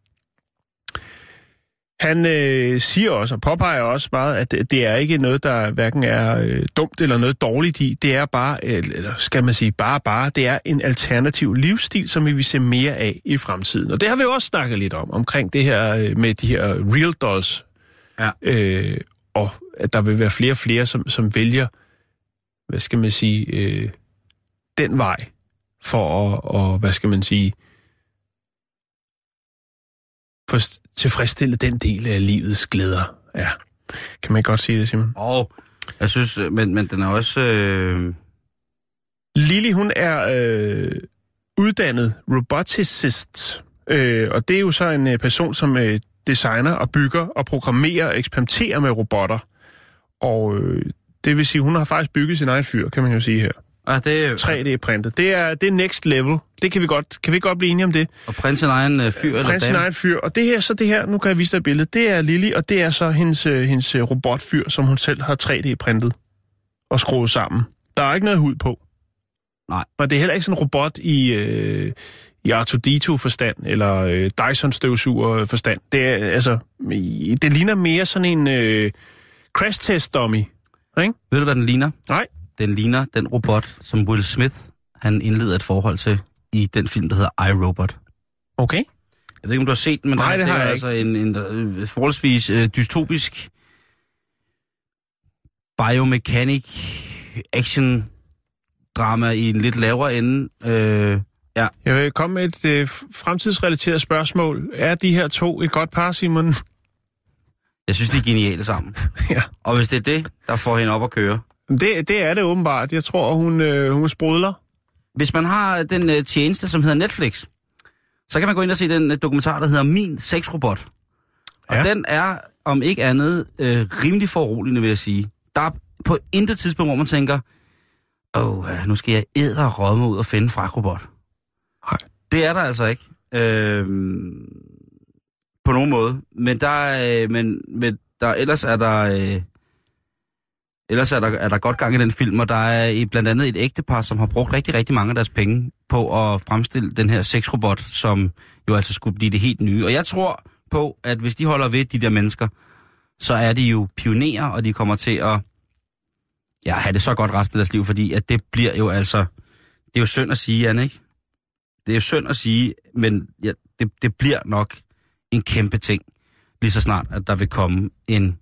Han siger også, og påpeger også meget, at det er ikke noget, der hverken er dumt eller noget dårligt i. Det er bare, eller skal man sige bare, det er en alternativ livsstil, som vi vil se mere af i fremtiden. Og det har vi også snakket lidt omkring det her med de her real dolls. Ja. Og at der vil være flere og flere, som vælger, hvad skal man sige, den vej for at hvad skal man sige, for tilfredsstille den del af livets glæder. Ja, kan man godt sige det, Simon? Jeg synes, men den er også... Lily, hun er uddannet roboticist, og det er jo så en person, som designer og bygger og programmerer og eksperimenterer med robotter. Og det vil sige, hun har faktisk bygget sin egen fyr, kan man jo sige her. Det er 3D-printet. Det er next level. Det kan vi godt blive enige om det. Og printe sin egen fyr eller sin egen fyr. Og det her, nu kan jeg vise dig et billede, det er Lily, og det er så hendes robotfyr, som hun selv har 3D-printet og skruet sammen. Der er ikke noget hud på. Nej. Og det er heller ikke sådan en robot i R2-D2-forstand, eller Dyson-støvsuger-forstand. Det ligner mere sådan en crash-test-dummy. Ikke? Ved du, hvad den ligner? Nej. Den ligner den robot, som Will Smith, han indleder et forhold til i den film, der hedder iRobot. Okay. Jeg ved ikke, om du har set den, men nej, det er altså en forholdsvis dystopisk biomekanik action-drama i en lidt lavere ende. Ja. Jeg vil komme med et fremtidsrelateret spørgsmål. Er de her to et godt par, Simon? Jeg synes, de er geniale sammen. Ja. Og hvis det er det, der får hende op at køre. Det er det åbenbart. Jeg tror, hun sprudler. Hvis man har den tjeneste, som hedder Netflix, så kan man gå ind og se den dokumentar, der hedder Min Sexrobot. Og den er, om ikke andet, rimelig foruroligende, vil jeg sige. Der er på intet tidspunkt, hvor man tænker, nu skal jeg æde og rådme ud og finde en frakrobot. Nej. Det er der altså ikke. På nogen måde. Men ellers er der godt gang i den film, og der er blandt andet et ægtepar, som har brugt rigtig, rigtig mange af deres penge på at fremstille den her sexrobot, som jo altså skulle blive det helt nye. Og jeg tror på, at hvis de holder ved de der mennesker, så er de jo pionerer, og de kommer til at have det så godt resten af deres liv, fordi at det bliver jo altså... Det er jo synd at sige, Jan, ikke? Det er jo synd at sige, men det bliver nok en kæmpe ting, lige så snart, at der vil komme en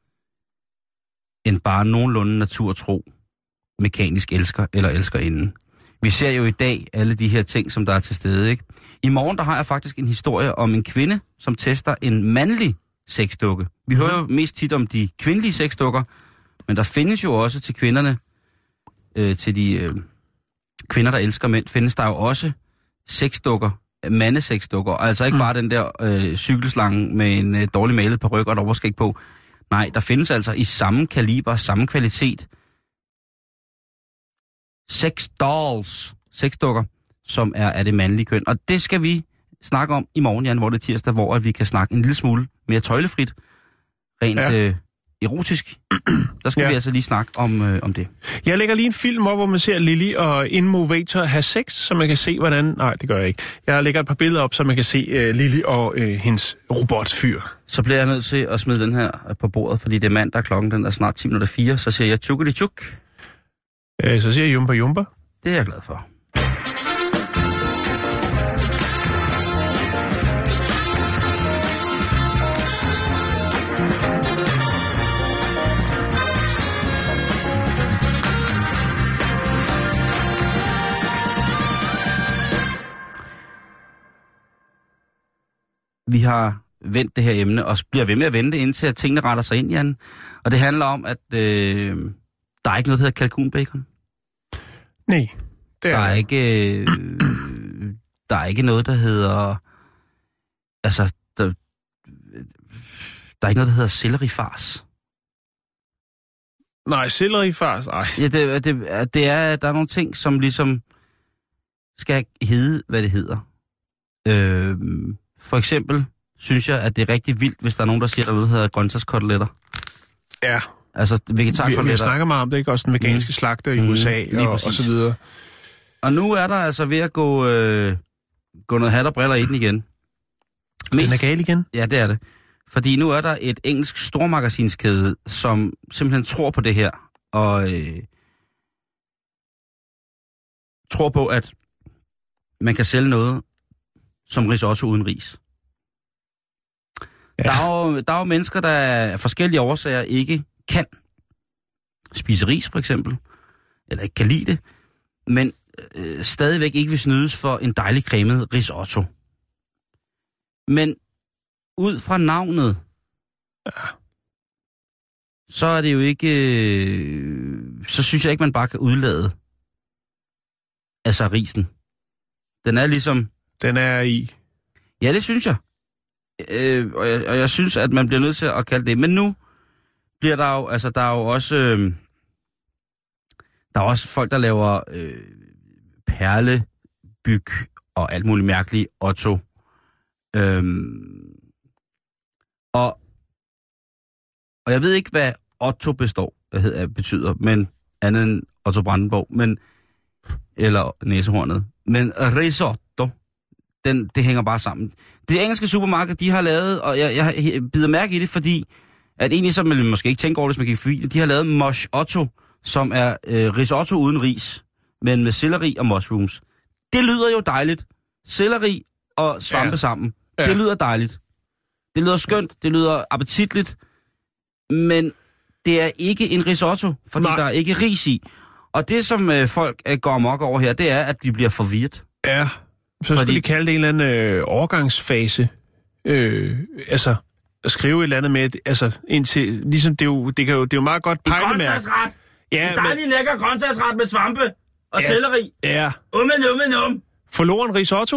bare nogenlunde naturtro mekanisk elsker eller elskerinde. Vi ser jo i dag alle de her ting, som der er til stede, ikke? I morgen, der har jeg faktisk en historie om en kvinde, som tester en mandlig sexdukke. Vi hører jo mest tit om de kvindelige sexdukker, men der findes jo også til kvinderne, til de kvinder, der elsker mænd, findes der jo også sexdukker, mandesexdukker. Altså ikke bare den der cykelslange med en dårlig malet paryk og et overskæg på. Nej, der findes altså i samme kaliber, samme kvalitet, sexdukker, som er det mandlige køn. Og det skal vi snakke om i morgen, Jan, hvor det er tirsdag, hvor vi kan snakke en lille smule mere tøjlefrit, rent erotisk. Der skal vi altså lige snakke om det. Jeg lægger lige en film op, hvor man ser Lily og Inmovator have sex, så man kan se, hvordan... Nej, det gør jeg ikke. Jeg lægger et par billeder op, så man kan se Lily og hendes robotfyr. Så bliver jeg nødt til at smide den her på bordet, fordi det er mandag, klokken den er snart 10:04, så siger jeg tjukkeli-tjuk. Så siger jeg jumper. Det er jeg glad for. Vi har vendt det her emne, og bliver ved med at vente, indtil at tingene retter sig ind, Jan. Og det handler om, at der er ikke noget, der hedder kalkunbacon. Nej, det er der er ikke. Der er ikke noget, der hedder... Altså, der er ikke noget, der hedder sellerifars. Nej, sellerifars, nej. Ja, det er, der er nogle ting, som ligesom skal hedde, hvad det hedder. For eksempel synes jeg, at det er rigtig vildt, hvis der er nogen, der siger, at der er noget, der hedder grøntsagskoteletter. Ja. Altså vegetarkoteletter. Vi snakker meget om det, ikke? Også den veganske slagter i USA og så videre. Og nu er der altså ved at gå noget hat og briller i den igen. Den er gal igen? Ja, det er det. Fordi nu er der et engelsk stormagasinskæde, som simpelthen tror på det her, og tror på, at man kan sælge noget som risotto uden ris. Ja. Der er jo mennesker, der af forskellige årsager ikke kan spise ris, for eksempel, eller ikke kan lide det, men stadigvæk ikke vil snydes for en dejlig cremet risotto. Men ud fra navnet, så er det jo ikke... så synes jeg ikke, man bare kan udlade altså risen. Den er ligesom... Den er i... Ja, det synes jeg. Og jeg synes, at man bliver nødt til at kalde det. Men nu bliver der jo... Altså, der er jo også... der er også folk, der laver perlebyg og alt muligt mærkeligt Otto. Og jeg ved ikke, hvad Otto betyder, men andet end Otto Brandenborg, men... Eller næsehornet. Men risotto, det hænger bare sammen. Det engelske supermarked, de har lavet, og jeg bider mærke i det, fordi at egentlig så man måske ikke tænke over det, hvis man gik forbi, de har lavet mosh Otto, som er risotto uden ris, men med selleri og mushrooms. Det lyder jo dejligt. Selleri og svampe sammen. Ja. Det lyder dejligt. Det lyder skønt, det lyder appetitligt, men det er ikke en risotto, fordi der er ikke ris i. Og det, som folk går amok over her, det er, at de bliver forvirret. Ja, så skulle de kalde det en eller anden overgangsfase. Altså, at skrive et eller andet med, altså, indtil, ligesom, det er jo meget godt pejlemærke. En grøntsagsret! Ja, en dejlig lækker grøntsagsret med svampe og selleri. Ja. Num. Forloren risotto?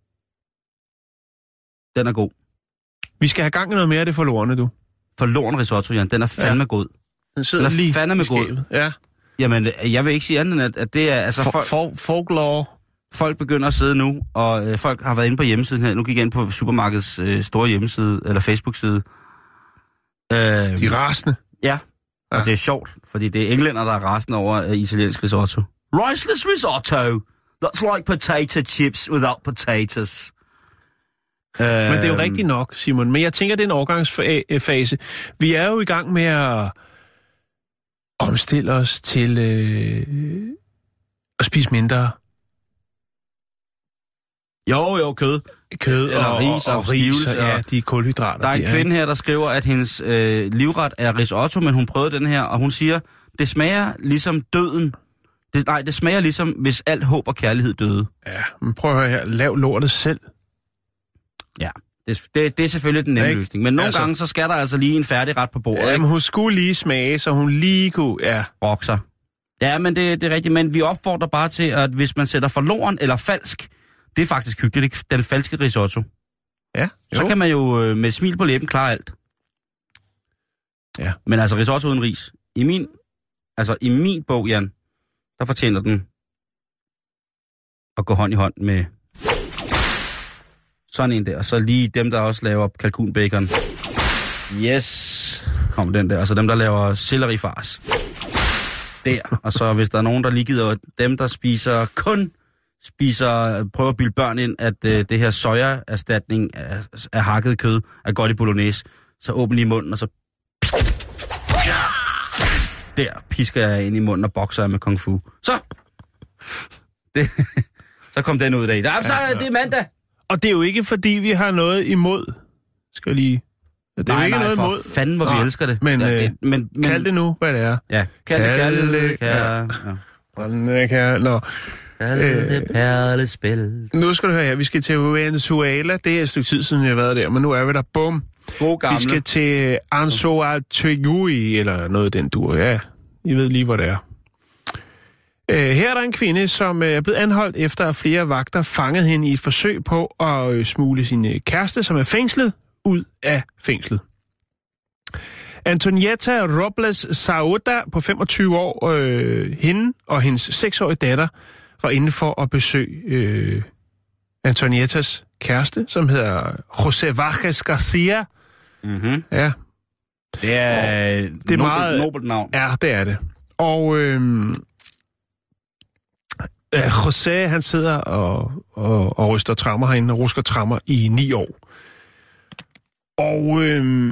Den er god. Vi skal have gang i noget mere af det forlorene, du. Forloren risotto, Jan. Den er fandme god. Den sidder lige fandme god. Ja. Jamen, jeg vil ikke sige andet end, at det er... Altså, folklore. Folk begynder at sidde nu, og folk har været inde på hjemmesiden her. Nu gik jeg ind på supermarkedets store hjemmeside, eller Facebook-side. De er rasende. Ja, og det er sjovt, fordi det er englænder, der er rasende over italiensk risotto. Riceless risotto. That's like potato chips without potatoes. Men det er jo rigtigt nok, Simon. Men jeg tænker, det er en overgangsfase. Vi er jo i gang med at omstille os til at spise mindre. Jo, kød. Kød og ris og ris, ja, de kulhydrater. Der er en kvinde her, der skriver, at hendes livret er risotto, men hun prøvede den her, og hun siger, det smager ligesom døden. Det smager ligesom, hvis alt håb og kærlighed døde. Ja, men prøv at høre her. Lav lortet selv. Ja, det er selvfølgelig den nemme løsning. Men nogle gange, så skal der altså lige en færdig ret på bordet. Ja, men hun skulle lige smage, så hun lige kunne... Ja. Rokke sig. Ja, men det er rigtigt. Men vi opfordrer bare til, at hvis man sætter forloren eller falsk, det er faktisk hyggeligt. Den falske risotto. Ja, jo. Så kan man jo med smil på læben klare alt. Ja. Men altså risotto uden ris. I min bog, Jan, der fortjener den at gå hånd i hånd med sådan en der. Og så lige dem, der også laver kalkunbacon. Yes, kom den der. Og så dem, der laver sellerifars. Der. Og så hvis der er nogen, der lige gider, dem, der prøver at bilde børn ind, at det her sojaerstatning af hakket kød er godt i bolognese, så åbn lige munden, og så der pisker jeg ind i munden og bokser jeg med kung fu. Så kom den ud i dag. Det er mandag. Og det er jo ikke, fordi vi har noget imod. Skal jeg lige... Det er jo ikke noget imod. For fanden, hvor vi elsker det. Men kald det nu, hvad det er. Ja, kald det, kære. Nå. Kald det perlespil. Nu skal du høre her, vi skal til Venezuela. Det er et stykke tid siden, vi har været der, men nu er vi der. Bum. God gamle. Vi skal til Anzoátegui, eller noget af den dur. Ja, I ved lige, hvor det er. Her er der en kvinde, som er blevet anholdt efter at flere vagter fangede hende i et forsøg på at smugle sin kæreste, som er fængslet, ud af fængslet. Antonieta Robles Sauda på 25 år, hende og hendes 6-årige datter, var inde for at besøge Antonietas kæreste, som hedder José Vargas Garcia. Mm-hmm. Ja. Det er meget nobelt navn. Ja, det er det. Og José, han sidder og ryster trammer herinde, og rusker trammer i 9 år. Og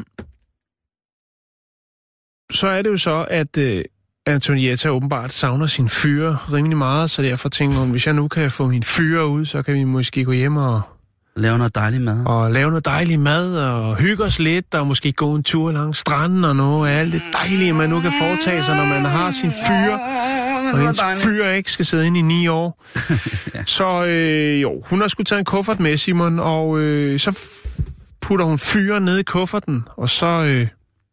så er det jo så, at Antonieta åbenbart savner sin fyre rimelig meget, så derfor tænker hun, hvis jeg nu kan få min fyre ud, så kan vi måske gå hjem og lave noget dejlig mad. Og lave noget dejlig mad, og hygge os lidt, og måske gå en tur langs stranden, og noget af alt det dejlige, man nu kan foretage sig, når man har sin fyre, og hendes fyre ikke skal sidde inde i 9 år. Ja. Så hun har sgu taget en kuffert med, Simon, og så putter hun fyre ned i kufferten, og så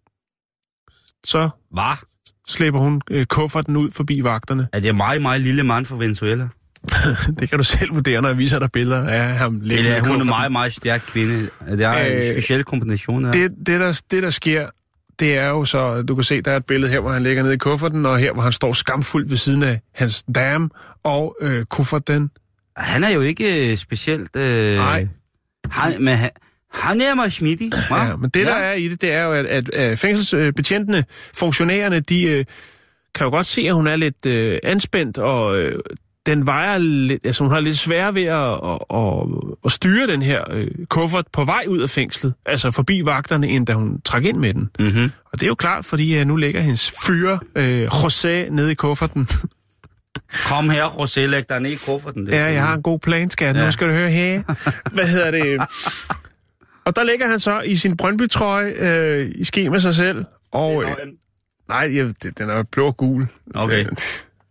slipper hun kufferten ud forbi vagterne. Er det meget, meget lille mand for Venezuela? Det kan du selv vurdere, når jeg viser dig billeder af ham. Hun er en meget, meget stærk kvinde. Det er en speciel kombination. Ja. Det, der sker, det er jo så, du kan se, der er et billede her, hvor han ligger nede i kufferten, og her, hvor han står skamfuldt ved siden af hans dame og kufferten. Han er jo ikke specielt... Nej. Han er meget smidig. Ja, men det, der er i det er jo, at fængselsbetjentene, funktionærerne, de kan jo godt se, at hun er lidt anspændt, og den vejer lidt, altså hun har lidt svært ved at styre den her kuffert på vej ud af fængslet, altså forbi vagterne, end da hun trak ind med den. Mm-hmm. Og det er jo klart, fordi nu ligger hendes fyre, José, nede i kufferten. Kom her, José, læg dig ned i kufferten. Ja, jeg har en god plan, skat. Nu skal du høre her. Hvad hedder det? Og der ligger han så i sin Brøndby-trøje i ske med sig selv. Og, nej, den er blå og gul. Okay.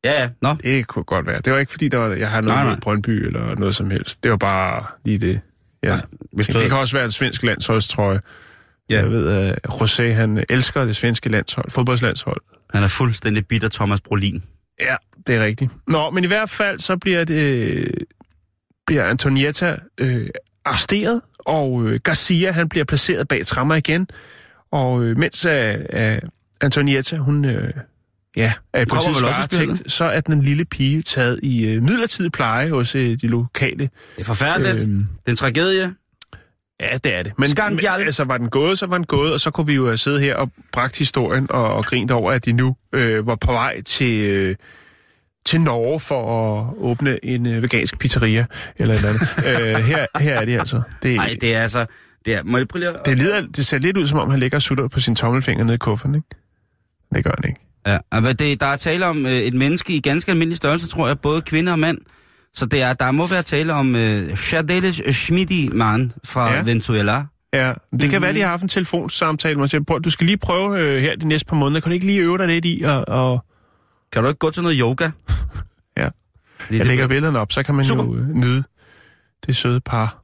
Ja, nå. Det kunne godt være. Det var ikke, fordi jeg har noget med Brøndby eller noget som helst. Det var bare lige det. Ja. Det kan også være en svensk landsholdstrøje. Ja. Jeg ved, at José, han elsker det svenske landshold, fodboldslandshold. Han er fuldstændig bitter Thomas Brolin. Ja, det er rigtigt. Nå, men i hvert fald så bliver Antonietta arresteret, og Garcia, han bliver placeret bag tremmer igen. Og mens Antonietta, hun er i politiets varetægt, så er den lille pige taget i midlertidig pleje hos de lokale. Det er forfærdeligt. Det er en tragedie. Ja, det er det. Men altså, var den gået, så var den gået, og så kunne vi jo sidde her og bragte historien og grint over, at de nu var på vej til Norge for at åbne en vegansk pizzeria, eller et eller andet. Her er det altså. Nej, det er altså... Det ser lidt ud, som om han ligger og sutter på sin tommelfinger nede i kuffen, ikke? Det gør han ikke. Ja, der er tale om et menneske i ganske almindelig størrelse, tror jeg, både kvinde og mand. Så der må være tale om Chardeles Schmidi-man fra Venezuela. Ja, det kan være, de har haft en telefonsamtale. Man siger, du skal lige prøve her de næste par måneder. Kan du ikke lige øve dig lidt i? Kan du ikke gå til noget yoga? Ja. Jeg lægger billederne op, så kan man jo nyde det søde par.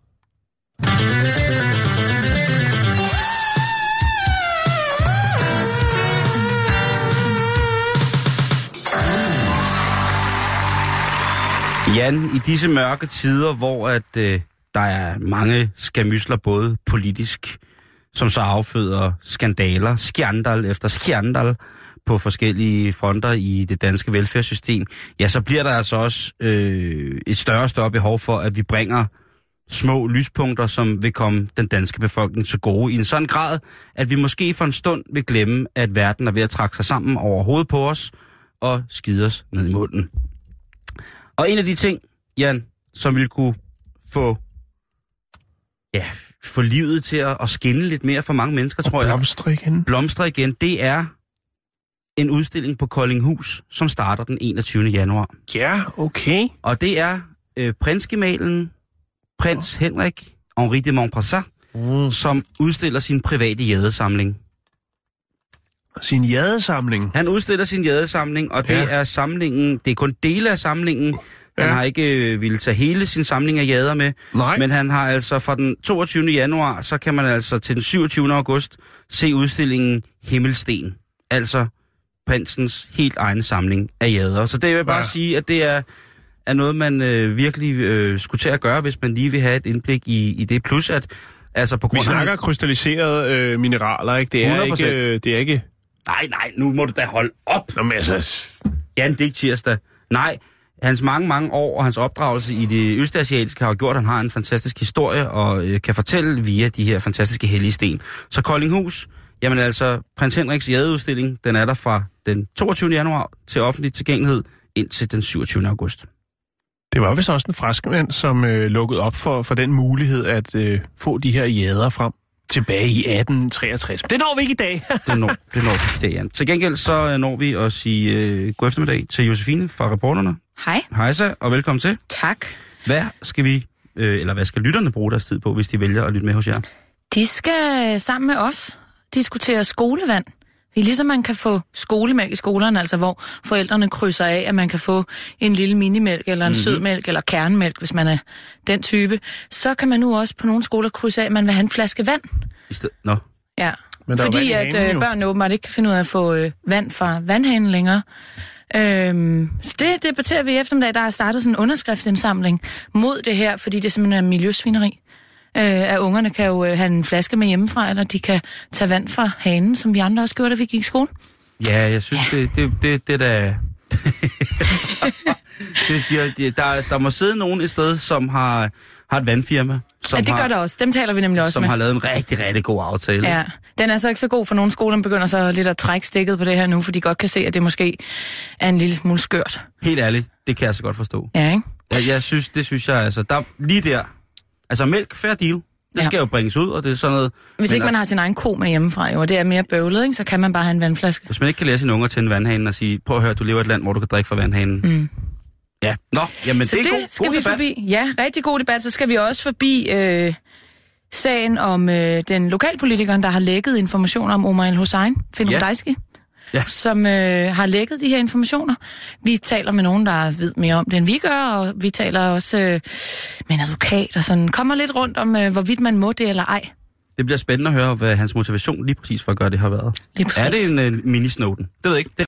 Jan, i disse mørke tider, hvor der er mange skamysler, både politisk, som så afføder skandaler, skandal efter skandal på forskellige fronter i det danske velfærdssystem, ja, så bliver der altså også et større og større behov for, at vi bringer små lyspunkter, som vil komme den danske befolkning til gode i en sådan grad, at vi måske for en stund vil glemme, at verden er ved at trække sig sammen over hovedet på os og skide os ned i munden. Og en af de ting, Jan, som ville kunne få livet til at skinne lidt mere for mange mennesker, tror jeg. Blomstre igen. Det er en udstilling på Koldinghus, som starter den 21. januar. Ja, okay. Og det er prinsgemalen, prins Henrik Henri de Montpensier, som udstiller sin private jadesamling. Sin jadesamling? Han udstiller sin jadesamling, og det er samlingen, det er kun dele af samlingen. Han har ikke ville tage hele sin samling af jader med. Nej. Men han har altså fra den 22. januar, så kan man altså til den 27. august se udstillingen Himmelsten. Altså prinsens helt egen samling af jader. Så det vil jeg bare sige, at det er noget, man virkelig skulle til at gøre, hvis man lige vil have et indblik i det. Plus at altså på grund af... Vi snakker krystalliserede mineraler, ikke? Det er ikke... Nej, nu må du da holde op. Nå, men altså... Jan, det er ikke tirsdag. Nej, hans mange år og hans opdragelse i det østasiatiske har gjort, at han har en fantastisk historie og kan fortælle via de her fantastiske hellige sten. Så Koldinghus, jamen altså, prins Henriks jadeudstilling, den er der fra den 22. januar til offentlig tilgængelighed indtil den 27. august. Det var vist også en franskmand, som lukkede op for den mulighed at få de her jader frem tilbage i 1863. Det når vi ikke i dag. det når vi ikke i dag, Jan. Til gengæld så når vi at sige god eftermiddag til Josefine fra Reporterne. Hej. Hejsa, og velkommen til. Tak. Hvad skal lytterne bruge deres tid på, hvis de vælger at lytte med hos jer? De skal sammen med os diskutere skolevand. Ligesom man kan få skolemælk i skolerne, altså hvor forældrene krydser af, at man kan få en lille minimælk, eller en sødmælk, eller kernemælk, hvis man er den type, så kan man nu også på nogle skoler krydse af, at man vil have en flaske vand. Nå. Ja, fordi at børnene åbenbart ikke kan finde ud af at få vand fra vandhanen længere. Så det debatterer vi i eftermiddag. Der er startet sådan en underskriftsindsamling mod det her, fordi det simpelthen er miljøsvineri. At ungerne kan jo have en flaske med hjemmefra, eller de kan tage vand fra hanen, som vi andre også gjorde, da vi gik i skole. Ja, jeg synes, det da... der må sidde nogen et sted, som har et vandfirma. Ja, det gør der også. Dem taler vi nemlig også som med. Som har lavet en rigtig, rigtig god aftale. Ja, den er så ikke så god, for nogle skoler begynder så lidt at trække stikket på det her nu, for de godt kan se, at det måske er en lille smule skørt. Helt ærligt, det kan jeg så godt forstå. Ja, ikke? Det synes jeg, altså, der lige der... Altså mælk, fair deal. Det skal jo bringes ud, og det er sådan noget... Hvis ikke man har sin egen ko med hjemmefra, og det er mere bøvlet, ikke, så kan man bare have en vandflaske. Hvis man ikke kan lære sine unger til en vandhane og sige, prøv at høre, du lever i et land, hvor du kan drikke fra vandhanen. Mm. Ja, jamen så det er skal god vi debat. Forbi. Ja, rigtig god debat. Så skal vi også forbi sagen om den lokalpolitikeren, der har lækket informationer om Omar El-Hussein, Finnur Dejski. som har lækket de her informationer. Vi taler med nogen, der ved mere om det, end vi gør, og vi taler også med en advokat, og sådan kommer lidt rundt om, hvorvidt man må det eller ej. Det bliver spændende at høre, hvad hans motivation lige præcis for at gøre det har været. Lige præcis. Er det en mini-Snowden? Det ved jeg ikke. Det